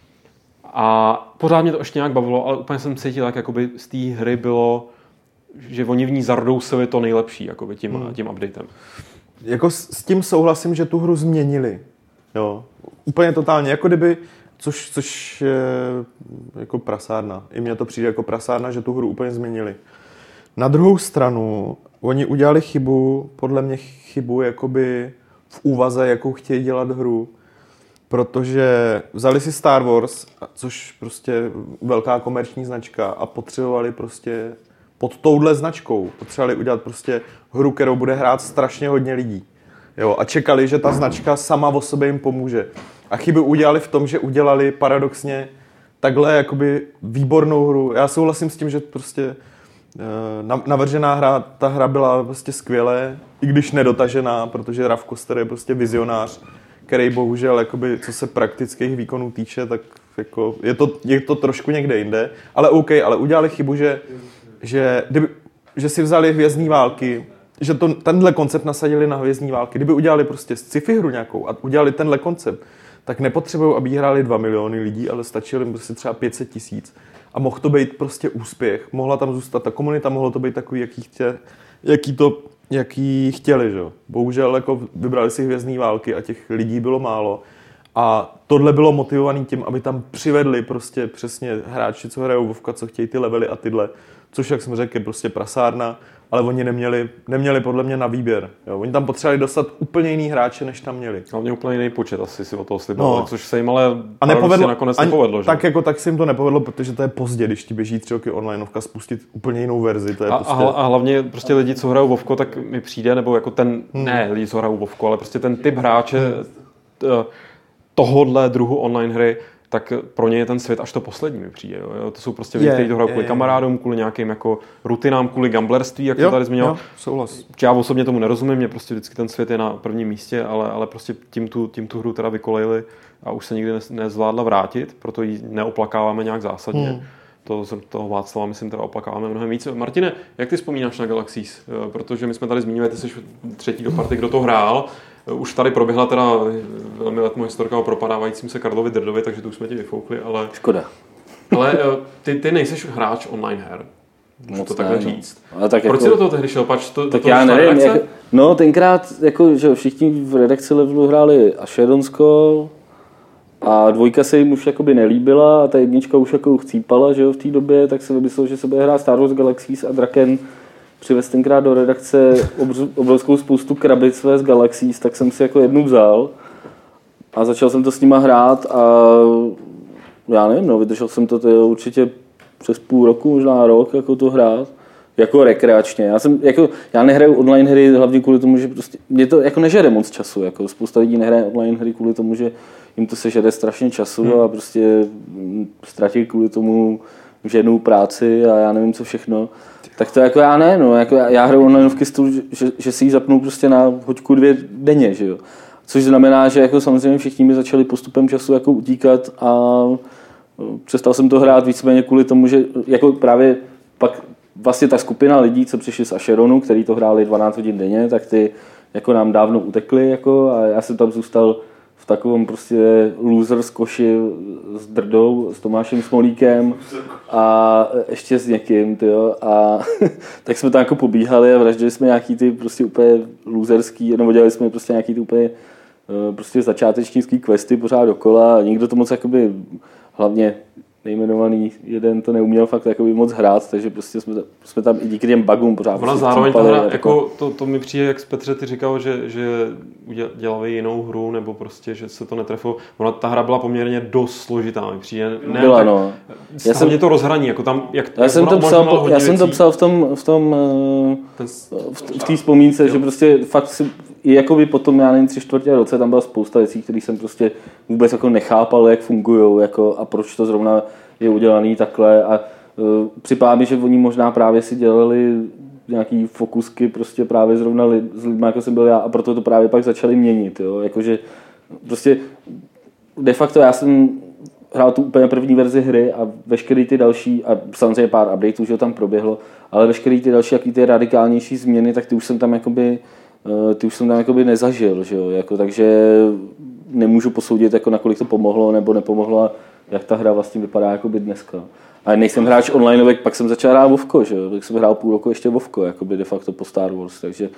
[SPEAKER 2] A pořád mě to ještě nějak bavilo, ale úplně jsem cítil, jak jakoby z té hry bylo, že oni v ní zardousili to nejlepší jakoby tím, hmm. tím updatem.
[SPEAKER 1] Jako s, s tím souhlasím, že tu hru změnili. Jo. Úplně totálně, jako kdyby, což, což je jako prasárna. I mně to přijde jako prasárna, že tu hru úplně změnili. Na druhou stranu, oni udělali chybu, podle mě chybu jakoby v úvaze, jakou chtějí dělat hru.
[SPEAKER 4] protože vzali si Star Wars, což prostě velká komerční značka a potřebovali prostě pod touhle značkou, potřebovali udělat prostě hru, kterou bude hrát strašně hodně lidí. Jo, a čekali, že ta značka sama o sobě jim pomůže. A chybu udělali v tom, že udělali paradoxně takhle jakoby výbornou hru. Já souhlasím s tím, že prostě navržená hra, ta hra byla prostě skvělé, i když nedotažená, protože Ralph Koster je prostě vizionář, který bohužel, jakoby, co se praktických výkonů týče, tak jako, je, to, je to trošku někde jinde. Ale OK, ale udělali chybu, že, že, kdyby, že si vzali Hvězdní války, že to, tenhle koncept nasadili na Hvězdní války. Kdyby udělali prostě sci-fi hru nějakou a udělali tenhle koncept, tak nepotřebují, aby hráli dva miliony lidí, ale stačilo jim prostě třeba pět set tisíc. A mohl to být prostě úspěch. Mohla tam zůstat ta komunita, mohlo to být takový, jaký, chtě, jaký, to, jaký chtěli. Že? Bohužel jako vybrali si Hvězdní války a těch lidí bylo málo. A tohle bylo motivované tím, aby tam přivedli prostě přesně hráči, co hrajou Vovka, co chtějí ty levely a tyhle. Což, jak jsem řekl, je prostě prasárna, ale oni neměli, neměli podle mě na výběr. Jo. Oni tam potřebovali dostat úplně jiný hráče, než tam měli.
[SPEAKER 2] A oni úplně jiný počet asi si o toho slibovali, no. Což se jim ale a
[SPEAKER 4] nepovedlo,
[SPEAKER 2] nakonec
[SPEAKER 4] ani,
[SPEAKER 2] nepovedlo. Že?
[SPEAKER 4] Tak, jako, tak se jim to nepovedlo, protože to je pozdě, když ti běží tři roky onlineovka, spustit úplně jinou verzi. To je
[SPEAKER 2] a,
[SPEAKER 4] prostě...
[SPEAKER 2] a hlavně prostě lidi, co hrajou Vovko, tak mi přijde, nebo jako ten, hmm. ne lidi, co hrajou Vovko, ale prostě ten typ hráče hmm. tohodle druhu online hry, tak pro ně je ten svět až to poslední mi přijde. Jo. To jsou prostě lidi, kteří to hrajou kvůli kamarádům, kvůli nějakým jako rutinám, kvůli gamblerství, jak to tady zmiňoval.
[SPEAKER 4] Souhlas.
[SPEAKER 2] Já osobně tomu nerozumím, mě prostě vždycky ten svět je na prvním místě, ale, ale prostě tím tu, tím tu hru teda vykolejili a už se nikdy nezvládla vrátit, proto ji neoplakáváme nějak zásadně. Hmm. To, toho Václava, myslím, teda oplakáváme mnohem víc. Martine, jak ty vzpomínáš na Galaxies? Protože my jsme tady zmínili, ty jsi třetí do party, kdo to hrál. Už tady proběhla teda velmi letmo historka o propadávajícím se Karlovi Drdovi, takže to už jsme ti vyfoukli, ale...
[SPEAKER 3] Škoda.
[SPEAKER 2] Ale ty, ty nejseš hráč online her. Můžu to takhle ne, říct.
[SPEAKER 3] No. Tak
[SPEAKER 2] Proč
[SPEAKER 3] jako,
[SPEAKER 2] jsi do toho tehdy šel? Pač to,
[SPEAKER 3] tak
[SPEAKER 2] to
[SPEAKER 3] já nevím. Jak, no tenkrát, jako, že všichni v redakci Levelu hráli Acheronsko a dvojka se jim už jakoby nelíbila a ta jednička už jako chcípala, že jo, v té době, tak se vymyslel, že se bude hrát Star Wars Galaxies a Draken přivez tenkrát do redakce obrovskou spoustu krabic z Galaxies, tak jsem si jako jednu vzal a začal jsem to s nima hrát a já nevím, no, vydržel jsem to tyjo, určitě přes půl roku, možná rok, jako to hrát, jako rekreačně. Já jsem, jako, já nehraju online hry hlavně kvůli tomu, že prostě, mě to jako nežere moc času, jako spousta lidí nehraje online hry kvůli tomu, že jim to sežere strašně času hmm. a prostě ztratí kvůli tomu ženu práci a já nevím co všechno. Tak to jako já ne, no, jako já, já hraju onlineovky s tím, že, že si ji zapnu prostě na hoďku dvě denně, že jo. Což znamená, že jako samozřejmě všichni mi začali postupem času jako utíkat a přestal jsem to hrát víceméně kvůli tomu, že jako právě pak vlastně ta skupina lidí, co přišli z Acheronu, který to hráli dvanáct hodin denně, tak ty jako nám dávno utekli jako a já jsem tam zůstal v takovém prostě loser z koši s Drdou, s Tomášem Smolíkem a ještě s někým, tyjo. A tak jsme tam jako pobíhali a vraždili jsme nějaký ty prostě úplně loserský, nebo dělali jsme prostě nějaký ty úplně prostě začátečnický questy pořád dokola a nikdo to moc jakoby, hlavně nejmenovaný jeden to neuměl fakt jakoby moc hrát, takže prostě jsme, jsme tam i díky těm bugům pořád.
[SPEAKER 2] Ona prostě zároveň ta hra, jako to, to mi přijde, jak Petře ty říkal, že, že dělali jinou hru, nebo prostě, že se to netrefilo. Ona ta hra byla poměrně dost složitá, mi přijde. Ne,
[SPEAKER 3] byla,
[SPEAKER 2] tak,
[SPEAKER 3] no.
[SPEAKER 2] Já jsem to rozhraní, jako tam, jak
[SPEAKER 3] já jsem to psal, po, já jsem to psal v tom, v tom, Ten, v, v té vzpomínce, jo. Že prostě fakt si, i jakoby potom, já nevím, tři čtvrtě roce, tam byla spousta věcí, které jsem prostě vůbec jako nechápal, jak fungujou, jako a proč to zrovna je udělaný takhle a uh, připadá mi, že oni možná právě si dělali nějaký fokusky prostě právě zrovna li, s lidmi, jako jsem byl já a proto to právě pak začali měnit, jo, jakože prostě de facto já jsem hrál tu úplně první verzi hry a veškerý ty další, a samozřejmě pár updateů, že tam proběhlo, ale veškerý ty další, jaký ty radikálnější změny, tak ty už jsem tam jakoby, ty už jsem tam jakoby nezažil, že jo, jako, takže nemůžu posoudit, jako nakolik to pomohlo nebo nepomohlo, jak ta hra vlastně vypadá jakoby dneska. A nejsem hráč onlineovek, pak jsem začal hrát Vovko, že jo, tak jsem hrál půl roku ještě Vovko, jakoby de facto po Star Wars, takže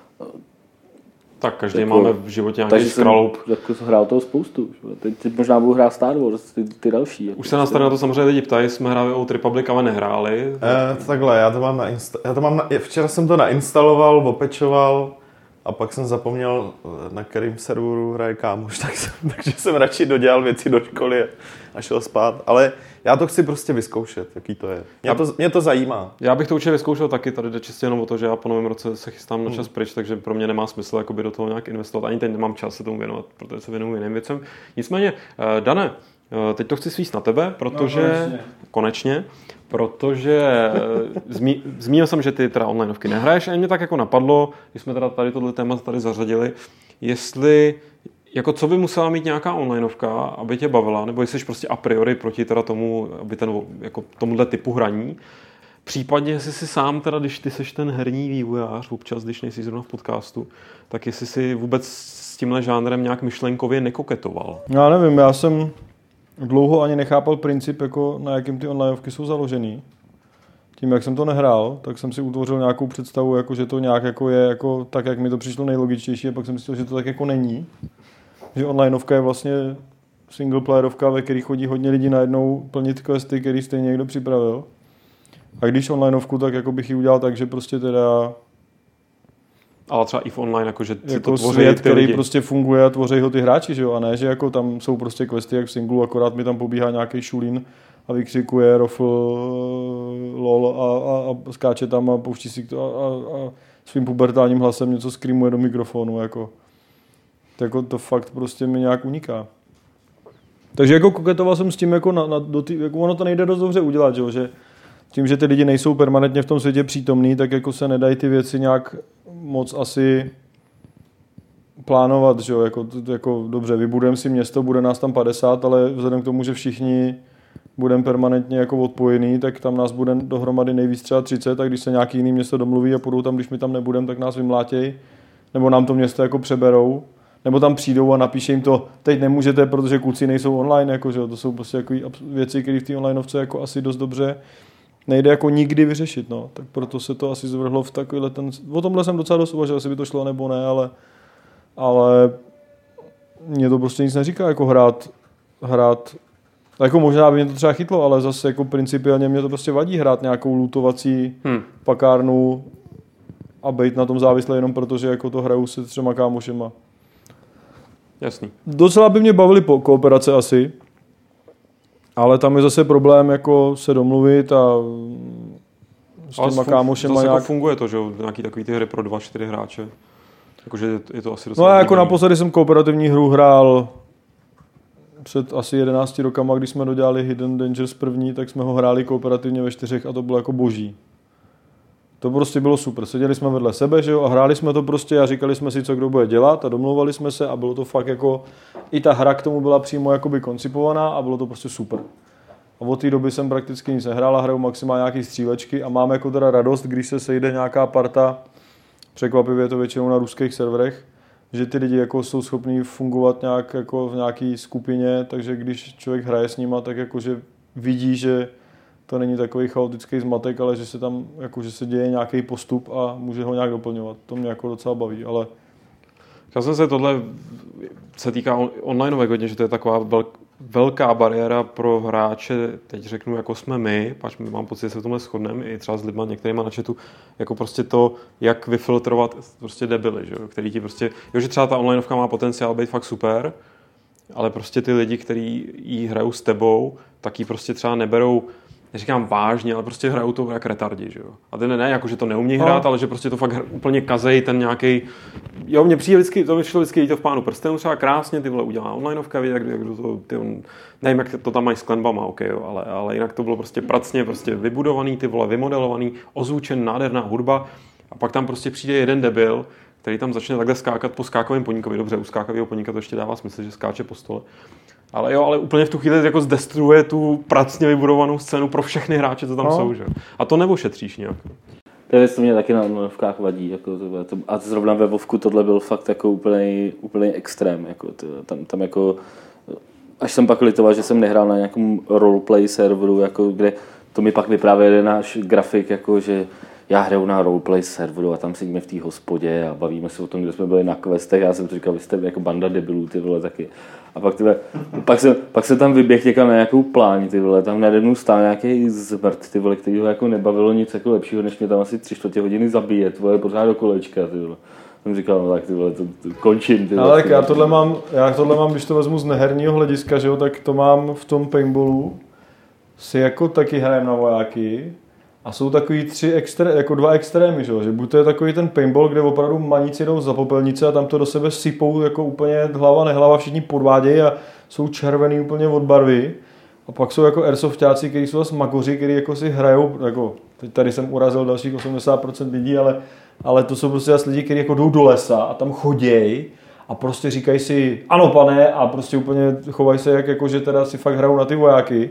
[SPEAKER 2] tak každý jako, máme v životě nějaký skraloup.
[SPEAKER 3] Takže jsem hrál toho spoustu. Teď, teď možná budu hrát Star Wars, ty, ty další. Jako
[SPEAKER 2] už se nás tady na to samozřejmě lidi ptají, jsme hráli Old Republic, ale nehráli.
[SPEAKER 4] E, takhle, já to mám na insta- já to mám na, včera jsem to nainstaloval, opečoval a pak jsem zapomněl, na kterým serveru hraje kámoš, tak jsem, takže jsem radši dodělal věci do školy a šel spát. Ale já to chci prostě vyzkoušet, jaký to je. Mě to, mě to zajímá.
[SPEAKER 2] Já bych to určitě vyzkoušel taky, tady jde čistě jenom o to, že já po novém roce se chystám na čas hmm. pryč, takže pro mě nemá smysl jakoby do toho nějak investovat. Ani teď nemám čas se tomu věnovat, protože se věnuju jiným věcem. Nicméně, Dane, teď to chci svíst na tebe, protože... No, konečně. konečně protože zmí, zmínil jsem, že ty teda onlineovky nehraješ a mě tak jako napadlo, když jsme teda tady tohle téma tady zařadili, jestli, jako co by musela mít nějaká onlineovka, aby tě bavila, nebo jestli jsi prostě a priori proti teda tomu, aby ten, jako tomuhle typu hraní. Případně, jestli si sám teda, když ty seš ten herní vývojář, občas, když nejsi zrovna v podcastu, tak jestli si vůbec s tímhle žánrem nějak myšlenkově nekoketoval.
[SPEAKER 1] Já nevím, já jsem dlouho ani nechápal princip, jako na jakým ty onlineovky jsou založený. Tím, jak jsem to nehrál, tak jsem si utvořil nějakou představu, jako, že to nějak jako je jako, tak, jak mi to přišlo nejlogičtější, a pak jsem myslel, že to tak jako není. Že onlineovka je vlastně singleplayerovka, ve který chodí hodně lidí najednou plnit questy, který stejně někdo připravil. A když onlineovku, tak jako bych ji udělal tak, že prostě teda...
[SPEAKER 2] Ale třeba i v online, jako že si
[SPEAKER 1] jako
[SPEAKER 2] to tvoří
[SPEAKER 1] svět, který
[SPEAKER 2] lidi.
[SPEAKER 1] prostě funguje a tvoří ho ty hráči, že jo? A ne, že jako tam jsou prostě questy jak v singlu, akorát mi tam pobíhá nějaký šulín a vykřikuje rofl, lol a, a, a skáče tam a pouští si to a, a, a svým pubertálním hlasem něco screamuje do mikrofonu, jako. Jako to fakt prostě mi nějak uniká. Takže jako koketoval jsem s tím, jako, na, na, do tý, jako ono to nejde dost dobře udělat, že jo? Že tím, že ty lidi nejsou permanentně v tom světě přítomní, tak jako se nedají ty věci nějak moc asi plánovat, že jo, jako, jako dobře, vybudujeme si město, bude nás tam padesát, ale vzhledem k tomu, že všichni budeme permanentně jako odpojení, tak tam nás bude dohromady nejvíc třeba třicet, a když se nějaký jiný město domluví a půjdou tam, když my tam nebudeme, tak nás vymlátějí, nebo nám to město jako přeberou, nebo tam přijdou a napíše jim to, teď nemůžete, protože kluci nejsou online, jako, že jo, to jsou prostě jako věci, které v té onlineovce jako asi dost dobře nejde jako nikdy vyřešit, no. Tak proto se to asi zvrhlo v takovýhle ten... O tomhle jsem docela dost uvažil, jestli by to šlo nebo ne, ale... Ale... Mně to prostě nic neříká, jako hrát... Hrát... Jako možná by mě to třeba chytlo, ale zase jako principiálně mě to prostě vadí hrát nějakou lootovací hmm. pakárnu a být na tom závislý jenom proto, že jako to hraju se třema kámošema.
[SPEAKER 2] Jasný.
[SPEAKER 1] Docela by mě bavily po kooperace asi. Ale tam je zase problém jako se domluvit a s těma kámošema
[SPEAKER 2] zase
[SPEAKER 1] nějak...
[SPEAKER 2] jako funguje to, že jo, nějaký takový ty hry pro dva, čtyři hráče. Jakože je to asi
[SPEAKER 1] docela... No a jako naposledy jsem kooperativní hru hrál před asi jedenácti rokama, když jsme dodělali Hidden Dangers první, tak jsme ho hráli kooperativně ve čtyřech a to bylo jako boží. To prostě bylo super. Seděli jsme vedle sebe, že jo, a hráli jsme to prostě a říkali jsme si, co kdo bude dělat a domlouvali jsme se a bylo to fakt jako, i ta hra k tomu byla přímo jakoby koncipovaná a bylo to prostě super. A od té doby jsem prakticky nic nehrál a hraju maximálně nějaký střílečky a mám jako teda radost, když se sejde nějaká parta, překvapivě je to většinou na ruských serverech, že ty lidi jako jsou schopní fungovat nějak jako v nějaký skupině, takže když člověk hraje s nima, tak jakože vidí, že to není takový chaotický zmatek, ale že se tam jako, že se děje nějaký postup a může ho nějak doplňovat. To mě jako docela baví, ale...
[SPEAKER 2] Já jsem se tohle se týká onlineovek hodně, že to je taková velk, velká bariéra pro hráče, teď řeknu, jako jsme my, pač my mám pocit, že se v tomhle shodneme, i třeba s lidma některýma na chatu, jako prostě to, jak vyfiltrovat prostě debily, že jo, který ti prostě, jo, že třeba ta onlineovka má potenciál být fakt super, ale prostě ty lidi, kteří jí hrajou s tebou, tak ji prostě třeba neberou, neříkám vážně, ale prostě hrajou to jak retardi, že jo. A ten ne, jako že to neumí hrát, no. Ale že prostě to fakt úplně kazej ten nějaký. Jo, mně přijde vždycky, to mi přišlo vždycky to v Pánu prstenů třeba krásně, ty vole udělá onlineovka, jak, jak to, ty on, nevím, jak to tam mají s klenbama, ok, jo, ale, ale jinak to bylo prostě pracně, prostě vybudovaný, ty vole vymodelovaný, ozvučen, nádherná hudba a pak tam prostě přijde jeden debil, který tam začne takhle skákat po skákovém poníkovi. Dobře, u skákového poníka to ještě dává smysl, že skáče po stole. Ale jo, ale úplně v tu chvíli jako zdestruuje tu pracně vybudovanou scénu pro všechny hráče, co tam no. jsou, že? A to neošetříš nějak.
[SPEAKER 3] To je věc, to mě taky na onlineovkách vadí. Jako to, to, a zrovna ve Vovku tohle byl fakt jako úplný, úplný extrém. Jako to, tam, tam jako, až jsem pak litoval, že jsem nehrál na nějakém roleplay serveru, jako, kde to mi pak vyprávěl náš grafik, jako, že já hraju na roleplay serveru a tam sedíme v té hospodě a bavíme se o tom, kde jsme byli na questech. Já jsem říkal, vy jste jako banda debilů, ty vole, taky. A pak, tyhle, pak, jsem, pak jsem tam vyběhl někam na nějakou pláň, ty vole, tam nade mnou stál nějaký zmrt, ty vole, který ho jako nebavilo nic jako lepšího, než mě tam asi tři čtvrtě hodiny zabíjet, vole, pořád do kolečka, ty vole. jsem říkal, no tak ty vole, to, to končím. Ty
[SPEAKER 1] ale tak já tohle, mám, já tohle mám, když to vezmu z neherního hlediska, že jo, tak to mám v tom paintballu, si jako taky hrajem na vojáky a jsou takový tři extré, jako dva extrémy, že jo, že buď to je takový ten paintball, kde opravdu maníci jdou za popelnice a tam to do sebe sypou jako úplně hlava nehlava, všichni podvádějí a jsou červený úplně od barvy. A pak jsou jako airsoftáci, kteří jsou zase magoři, kteří jako si hrajou, jako teď tady jsem urazil dalších osmdesát procent lidí, ale, ale to jsou prostě zase lidi, kteří jako jdou do lesa a tam chodějí a prostě říkají si ano pane a prostě úplně chovají se jak jako, že teda si fakt hrajou na ty vojáky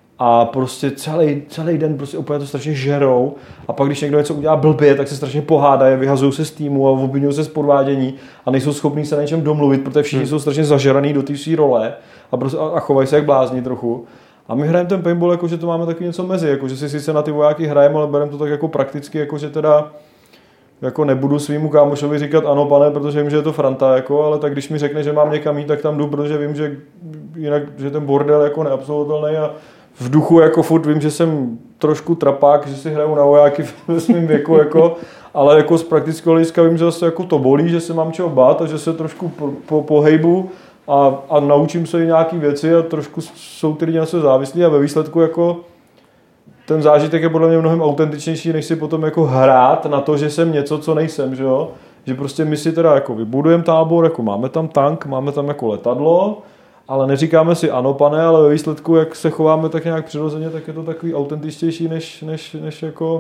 [SPEAKER 1] a prostě celý, celý den prostě úplně to strašně žerou a pak když někdo něco udělá blbě, tak se strašně pohádají, vyhazují se z týmu a obvinují se z podvádění a nejsou schopní se na něčem domluvit, protože všichni hmm. jsou strašně zažraný do té své role a, prostě, a, a chovají se jak blázni trochu. A my hrajeme ten paintball, jako, že to máme taky něco mezi, jako, že si sice na ty vojáky hrajeme, ale bereme to tak jako prakticky, jako, že teda jako nebudu svýmu kámošovi říkat ano pane, protože vím, že je to Franta, jako, ale tak když mi řekne, že mám někam jít, tak tam jdu, protože vím, že jinak, že ten bordel jako neabsolvovatelný a v duchu jako furt vím, že jsem trošku trapák, že si hraju na vojáky ve svém věku, jako, ale jako z praktického hlediska vím, že zase jako to bolí, že se mám čeho bát a že se trošku po, po, pohejbu a, a naučím se i nějaký věci a trošku jsou ty lidi na sebe závislí a ve výsledku jako ten zážitek je podle mě mnohem autentičnější, než si potom jako hrát na to, že jsem něco, co nejsem, že jo? Že prostě my si teda jako vybudujeme tábor, jako máme tam tank, máme tam jako letadlo, ale neříkáme si ano pane, ale ve výsledku, jak se chováme tak nějak přirozeně, tak je to takový autentičtější, než, než, než jako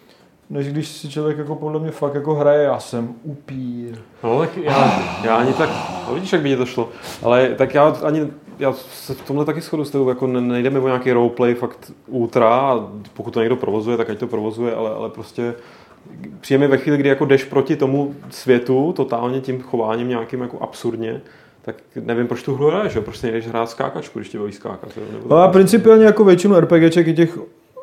[SPEAKER 1] než když si člověk jako podle mě fakt jako hraje, já jsem upír.
[SPEAKER 2] No tak já, já ani tak, no vidíš, jak by mě to šlo, ale tak já ani, já se v tomhle taky shodu s tebou, jako nejdeme o nějaký roleplay fakt ultra, a pokud to někdo provozuje, tak ať to provozuje, ale, ale prostě přijde mi ve chvíli, kdy jako jdeš proti tomu světu, totálně tím chováním nějakým jako absurdně, tak nevím, proč tu hru hraješ, jo? Proč nejdeš hrát skákačku, když tě baví skákat.
[SPEAKER 1] No a principiálně jako většinu RPGček i těch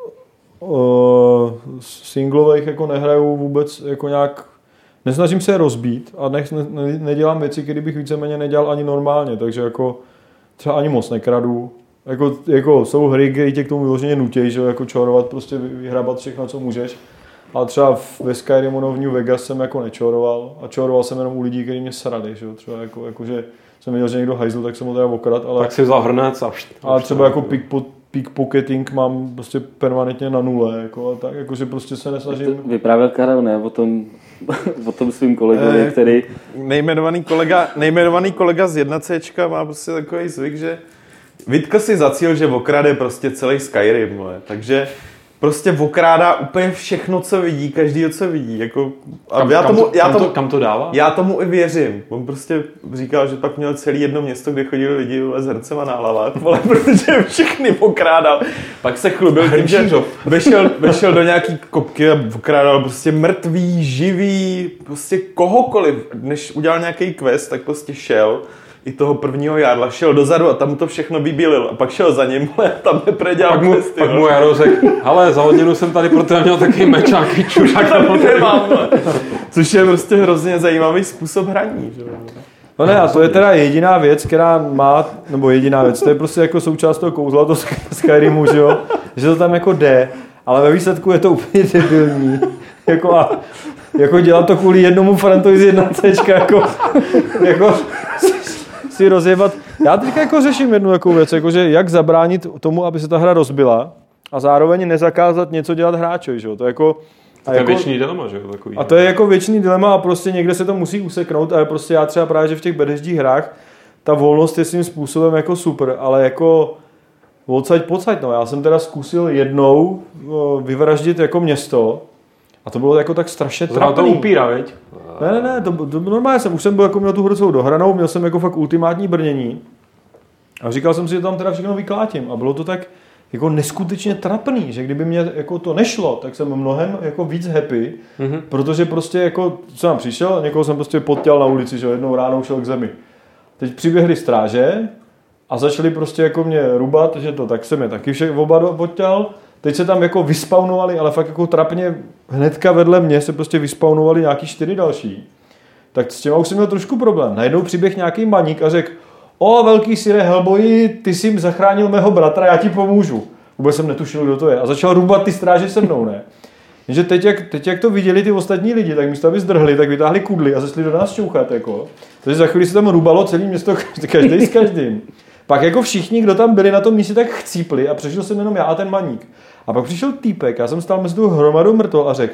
[SPEAKER 1] uh, singlových jako nehraju vůbec jako nějak, nesnažím se je rozbít a nech, ne, ne, nedělám věci, které bych víceméně nedělal ani normálně, takže jako třeba ani moc nekradu. Jako, jako jsou hry, které tě k tomu vyloženě nutějí, že jako čorovat, prostě vyhrabat všechno, co můžeš. Ale třeba ve Skyrimu v New Vegas jsem jako nečoroval a čoroval jsem jenom u lidí, kteří mě srali, že? Třeba jako, jako, že jsem viděl, že někdo hajzl, tak jsem ho teda okrad, ale...
[SPEAKER 2] Tak si vzal hrnec a št,
[SPEAKER 1] ale třeba jako pickpocketing mám prostě permanentně na nule, jako, a tak, jako, že prostě se nesnažím...
[SPEAKER 3] Vyprávěl Karel, ne? O tom, o tom svým kolegovi, eh, který...
[SPEAKER 4] Nejmenovaný kolega, nejmenovaný kolega z jedna cé má prostě takový zvyk, že Vitka si zacíl, že okrade prostě celý Skyrim, no, takže prostě okrádá úplně všechno, co vidí, každý, co vidí. Jako, a
[SPEAKER 2] kam,
[SPEAKER 4] já
[SPEAKER 2] kam,
[SPEAKER 4] tomu,
[SPEAKER 2] to,
[SPEAKER 4] já
[SPEAKER 2] kam,
[SPEAKER 4] tomu,
[SPEAKER 2] to, kam to dává?
[SPEAKER 4] Já tomu i věřím. On prostě říkal, že pak měl celý jedno město, kde chodili lidi s hrncema na hlavách, vole, protože všechny okrádal. Pak se chlubil tím, že vešel, vešel do nějaký kopky a okrádal prostě mrtvý, živý, prostě kohokoliv. Než udělal nějaký quest, tak prostě šel i toho prvního jádla, šel dozadu a tam mu to všechno vybílil a pak šel za ním a tam nepredělal
[SPEAKER 2] pak mu,
[SPEAKER 4] questy.
[SPEAKER 2] Pak mu Jaro řekl, hele, za hodinu jsem tady, protože měl takový mečáky čuřák.
[SPEAKER 4] Nemám, což je prostě hrozně zajímavý způsob hraní. Že?
[SPEAKER 1] No ne, a to je teda jediná věc, která má, nebo jediná věc, to je prostě jako součást toho kouzla, to Skyrimu, že jo, že to tam jako jde, ale ve výsledku je to úplně debilní. Jako a jako dělat to kvůli jednomu Frantovi z jedna céčka, jako, jako si rozjebat. Já teď jako řeším jednu takovou věc, jakože jak zabránit tomu, aby se ta hra rozbila a zároveň nezakázat něco dělat hráčovi, že jo, to je jako...
[SPEAKER 2] A to je jako, věčný dilema, že jo, takový.
[SPEAKER 1] A to je jako věčný dilema a prostě někde se to musí useknout, ale prostě já třeba právě, že v těch bedheždích hrách ta volnost je svým způsobem jako super, ale jako odsaď pocať, no, já jsem teda zkusil jednou vyvraždit jako město a to bylo jako tak strašně trapný.
[SPEAKER 2] To upírá, veď?
[SPEAKER 1] Ne, ne, ne, to, to normálně jsem, už jsem byl jako měl tu hru celou dohranou, měl jsem jako fakt ultimátní brnění a říkal jsem si, že tam teda všechno vyklátím a bylo to tak jako neskutečně trapný, že kdyby mě jako to nešlo, tak jsem mnohem jako víc happy, mm-hmm. protože prostě jako jsem přišel, někoho jsem prostě podtěl na ulici, že jednou ránou šel k zemi. Teď přiběhli stráže a začali prostě jako mě rubat, že to tak jsem je taky všech oba podtěl. Teď se tam jako vyspawnovali, ale fakt jako trapně hnedka vedle mě se prostě vyspawnovali nějaký čtyři další. Tak s těma už jsem měl trošku problém. Najednou přiběh nějaký maník a řekl: o, velký Sire Hellboyi, ty jsi jim zachránil mého bratra, já ti pomůžu. Vůbec jsem netušil, kdo to je. A začal rubat ty stráže se mnou, ne? Jenže teď jak, teď, jak to viděli ty ostatní lidi, tak místo aby zdrhli, tak vytáhli kudly a začali do nás šťouchat, jako. Takže za chvíli se tam rubalo celé město, každý s každým. Pak jako všichni, kdo tam byli na tom místě, tak chcípli a přešel jsem jenom já a ten maník. A pak přišel týpek, já jsem stál mezi tu hromadou mrtvol a řekl,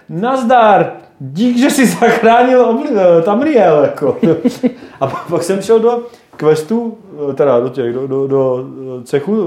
[SPEAKER 1] nazdar, dík, že jsi zachránil obli- Tamriel, jako. A pak jsem šel do questu, teda do těch, do, do, do cechu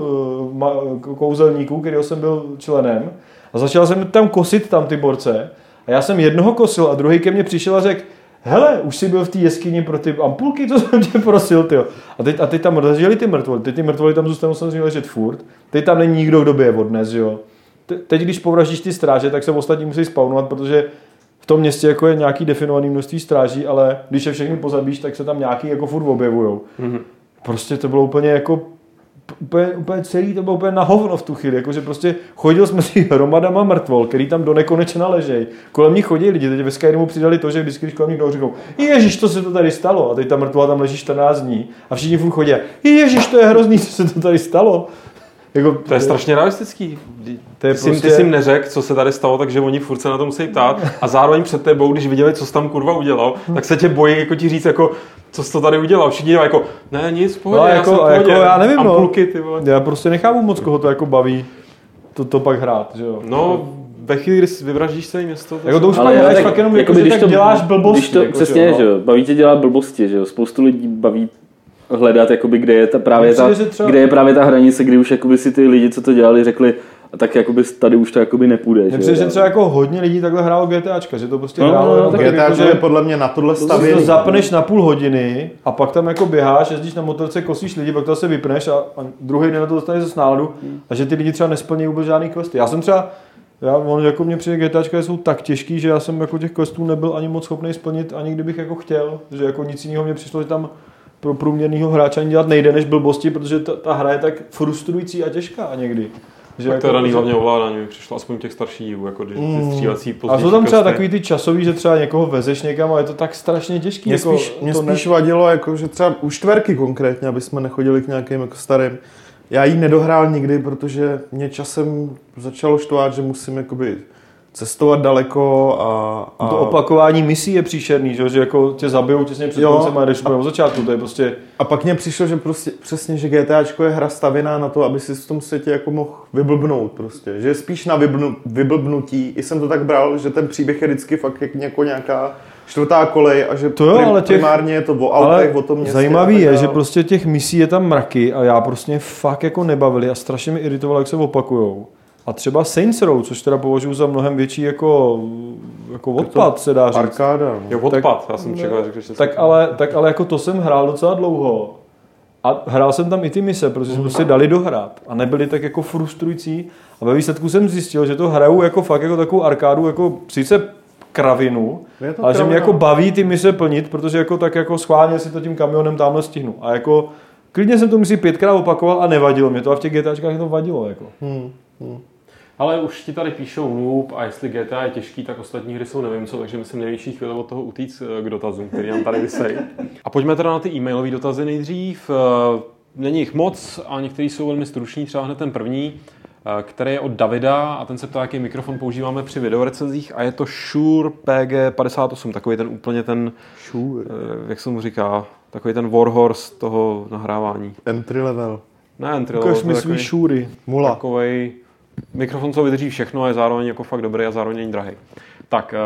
[SPEAKER 1] kouzelníků, kterého jsem byl členem a začal jsem tam kosit tam ty borce a já jsem jednoho kosil a druhý ke mně přišel a řekl, hele, už jsi byl v té jeskyni pro ty ampulky, to jsem tě prosil, tyjo. A teď, a teď tam rozdělili ty mrtvoly, teď ty mrtvoly tam zůstanou samozřejmě ležet furt, teď tam není nikdo, kdo by je odnes, jo. Teď, když povraždíš ty stráže, tak se ostatní musí spawnovat, protože v tom městě jako je nějaký definovaný množství stráží, ale když je všechny pozabíš, tak se tam nějaký jako furt objevujou. Mm-hmm. Prostě to bylo úplně jako úplně, úplně celý, to bylo úplně na hovno v tu chvíli, jakože prostě chodil jsme si hromadama mrtvol, který tam do nekonečna ležej. Kolem nich chodí lidi, teď ve Skyrimu přidali to, že vždycky, když kolem nich jdou, říkou, ježiš, to se to tady stalo, a teď ta mrtvola tam leží čtrnáct dní a všichni furt chodí, ježiš, to je hrozný, co se to tady stalo.
[SPEAKER 2] Jako, to je strašně realistický. To je ty, prostě... jsi jim neřekl, co se tady stalo, takže oni furt se na to musí ptát a zároveň před tebou, když viděli, co jsi tam kurva udělal, tak se tě bojí jako ti říct, jako, co jsi to tady udělal. Všichni jako, ne, nic, pohodě,
[SPEAKER 1] no,
[SPEAKER 2] já
[SPEAKER 1] jako,
[SPEAKER 2] jsem pohodě,
[SPEAKER 1] jako, já nevím,
[SPEAKER 2] ampulky, ty vole.
[SPEAKER 1] Já prostě nechápu moc, koho to jako baví to, to pak hrát, že jo.
[SPEAKER 2] No, ve chvíli, kdy vyvraždíš celé město,
[SPEAKER 1] to jako to už pak hraješ fakt jenom, jako, že tak to, děláš blbosti.
[SPEAKER 3] Když to,
[SPEAKER 1] jako,
[SPEAKER 3] přesně, že jo, baví tě dělat blbosti, že jo, spoustu lidí baví hledat, jakoby, kde je ta právě ta, třeba... kde je právě ta hranice, kdy už jakoby si ty lidi, co to dělali, řekli, a tak jakoby tady už to jakoby nepůjde.
[SPEAKER 1] Mně přijde, že třeba jako hodně lidí takhle hrálo GTAčka, že to prostě
[SPEAKER 3] no,
[SPEAKER 1] hrálo.
[SPEAKER 3] No, no,
[SPEAKER 4] GTAčko je podle mě na tohle stavěný.
[SPEAKER 1] To zapneš na půl hodiny a pak tam jako běháš, jezdíš na motorce, kosíš lidi, pak to se vypneš a, a druhý den na to dostaneš ze náladu a že ty lidi třeba nesplní vůbec žádný questy. Já jsem třeba, já, on jako mě přijde GTAčka jsou tak těžký, že já jsem jako těch questů nebyl ani moc schopný splnit, ani kdybych jako chtěl, že jako nic jiného mě přišlo, že tam pro průměrného hráče ani dělat nejde než blbosti, protože ta, ta hra je tak frustrující a těžká a někdy.
[SPEAKER 2] Že tak to jako, je daný hlavně ovládání, mi přišlo aspoň těch starších dílů, jako ty mm. střílecí pozdější.
[SPEAKER 1] A jsou tam třeba kosty. Takový ty časový, že třeba někoho vezeš někam a je to tak strašně těžký.
[SPEAKER 4] Mě
[SPEAKER 1] jako,
[SPEAKER 4] spíš, mě spíš ne... vadilo, jako, že třeba u čtverky konkrétně, aby jsme nechodili k nějakým jako starým. Já ji nedohrál nikdy, protože mě časem začalo štvát, že musím jakoby cestovat daleko a, a...
[SPEAKER 1] To opakování misí je příšerný, že, že jako tě zabijou těsně před koncem a jdeš úplně od začátku, to je prostě...
[SPEAKER 4] A pak mně přišlo, že prostě přesně, že GTAčko je hra stavěná na to, aby si v tom světě jako mohl vyblbnout prostě, že je spíš na vyblbnu, vyblbnutí, i jsem to tak bral, že ten příběh je vždycky fakt jako nějaká čtvrtá kolej a že
[SPEAKER 1] to jo, ale těch,
[SPEAKER 4] primárně je to o autech, o tom městě.
[SPEAKER 1] Zajímavý je, že prostě těch misí je tam mraky a já prostě fakt jako nebavili a strašně mi iritovalo, jak se opakujou. A třeba Saints Row, což teda považuji za mnohem větší jako, jako odpad, se dá říct.
[SPEAKER 4] Arkáda. No.
[SPEAKER 2] Jo, odpad, tak, já jsem čekal, že se
[SPEAKER 1] tak ale, tak ale jako to jsem hrál docela dlouho. A hrál jsem tam i ty mise, protože jsme prostě dali dohrát. A nebyly tak jako frustrující. A ve výsledku jsem zjistil, že to hraju jako fakt jako takovou arkádu, jako sice kravinu, ale kravina. Že mě jako baví ty mise plnit, protože jako tak jako schválně si to tím kamionem tamhle stihnu. A jako klidně jsem to misi pětkrát opakoval a nevadilo mě to. A v těch GTAčkách to vadilo. Jako. Hmm. Hmm.
[SPEAKER 2] Ale už ti tady píšou noob a jestli G T A je těžký, tak ostatní hry jsou nevím co, takže myslím největší chvíli od toho utíct k dotazům, který nám tady vysej. A pojďme teda na ty e-mailové dotazy nejdřív. Není jich moc a některý jsou velmi struční, třeba hned ten první, který je od Davida a ten se ptá, jaký mikrofon používáme při videorecenzích a je to Shure P G padesát osm, takový ten úplně ten,
[SPEAKER 4] Shure.
[SPEAKER 2] Jak se mu říká, takový ten warhorse toho nahrávání.
[SPEAKER 4] Entry level.
[SPEAKER 2] Ne entry level.
[SPEAKER 1] Ukaž mi svý Shure.
[SPEAKER 4] Mula.
[SPEAKER 2] Takovej mikrofon, co vydrží všechno a je zároveň jako fakt dobrý a zároveň není drahý. Tak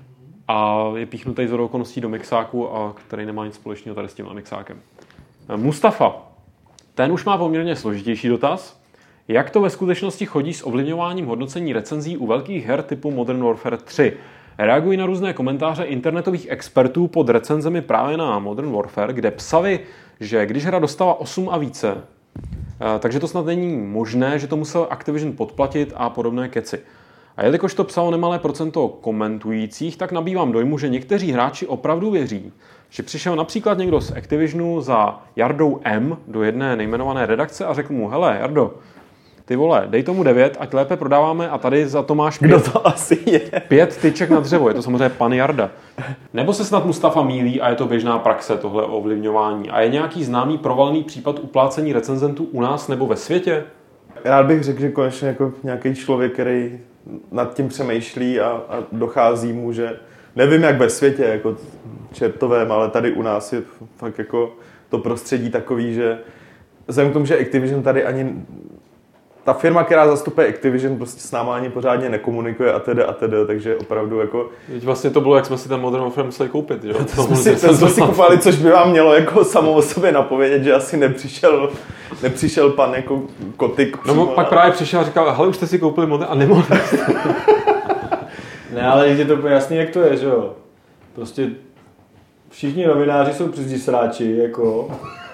[SPEAKER 2] a je píchnutý z okolností do mixáku, a který nemá nic společného tady s tímhle mixákem. Mustafa, ten už má poměrně složitější dotaz. Jak to ve skutečnosti chodí s ovlivňováním hodnocení recenzí u velkých her typu Modern Warfare tři? Reagují na různé komentáře internetových expertů pod recenzemi právě na Modern Warfare, kde psali, že když hra dostala osm a více, takže to snad není možné, že to musel Activision podplatit a podobné keci. A jelikož to psalo nemalé procento komentujících, tak nabývám dojmu, že někteří hráči opravdu věří, že přišel například někdo z Activisionu za Jardou M do jedné nejmenované redakce a řekl mu, hele Jardo, ty vole, dej tomu devět, ať lépe prodáváme a tady za to máš pět.
[SPEAKER 4] Kdo to asi je?
[SPEAKER 2] Pět tyček na dřevo, je to samozřejmě pan Jarda. Nebo se snad Mustafa mýlí a je to běžná praxe, tohle ovlivňování. A je nějaký známý provalný případ uplácení recenzentů u nás nebo ve světě?
[SPEAKER 4] Rád bych řekl, že konečně jako nějaký člověk, který nad tím přemýšlí a, a dochází mu, že nevím jak ve světě, jako čertovém, ale tady u nás je fakt jako to prostředí takový, že vzhledem k tomu, že Activision tady ani ta firma, která zastupuje Activision, prostě s náma ani pořádně nekomunikuje a tedy a tedy, takže opravdu jako...
[SPEAKER 2] Teď vlastně to bylo, jak jsme si ten Modern Warfare museli koupit, jo?
[SPEAKER 4] To jsme si, to jsme si kupovali, což by vám mělo jako samo o sobě napovědět, že asi nepřišel, nepřišel pan jako Kotik.
[SPEAKER 2] No pak právě přišel a říkal, hele, už jste si koupili Modern a nemohli.
[SPEAKER 1] Ne, ale je to úplně jasný, jak to je, že jo? Prostě všichni novináři jsou přizděsráči, jako...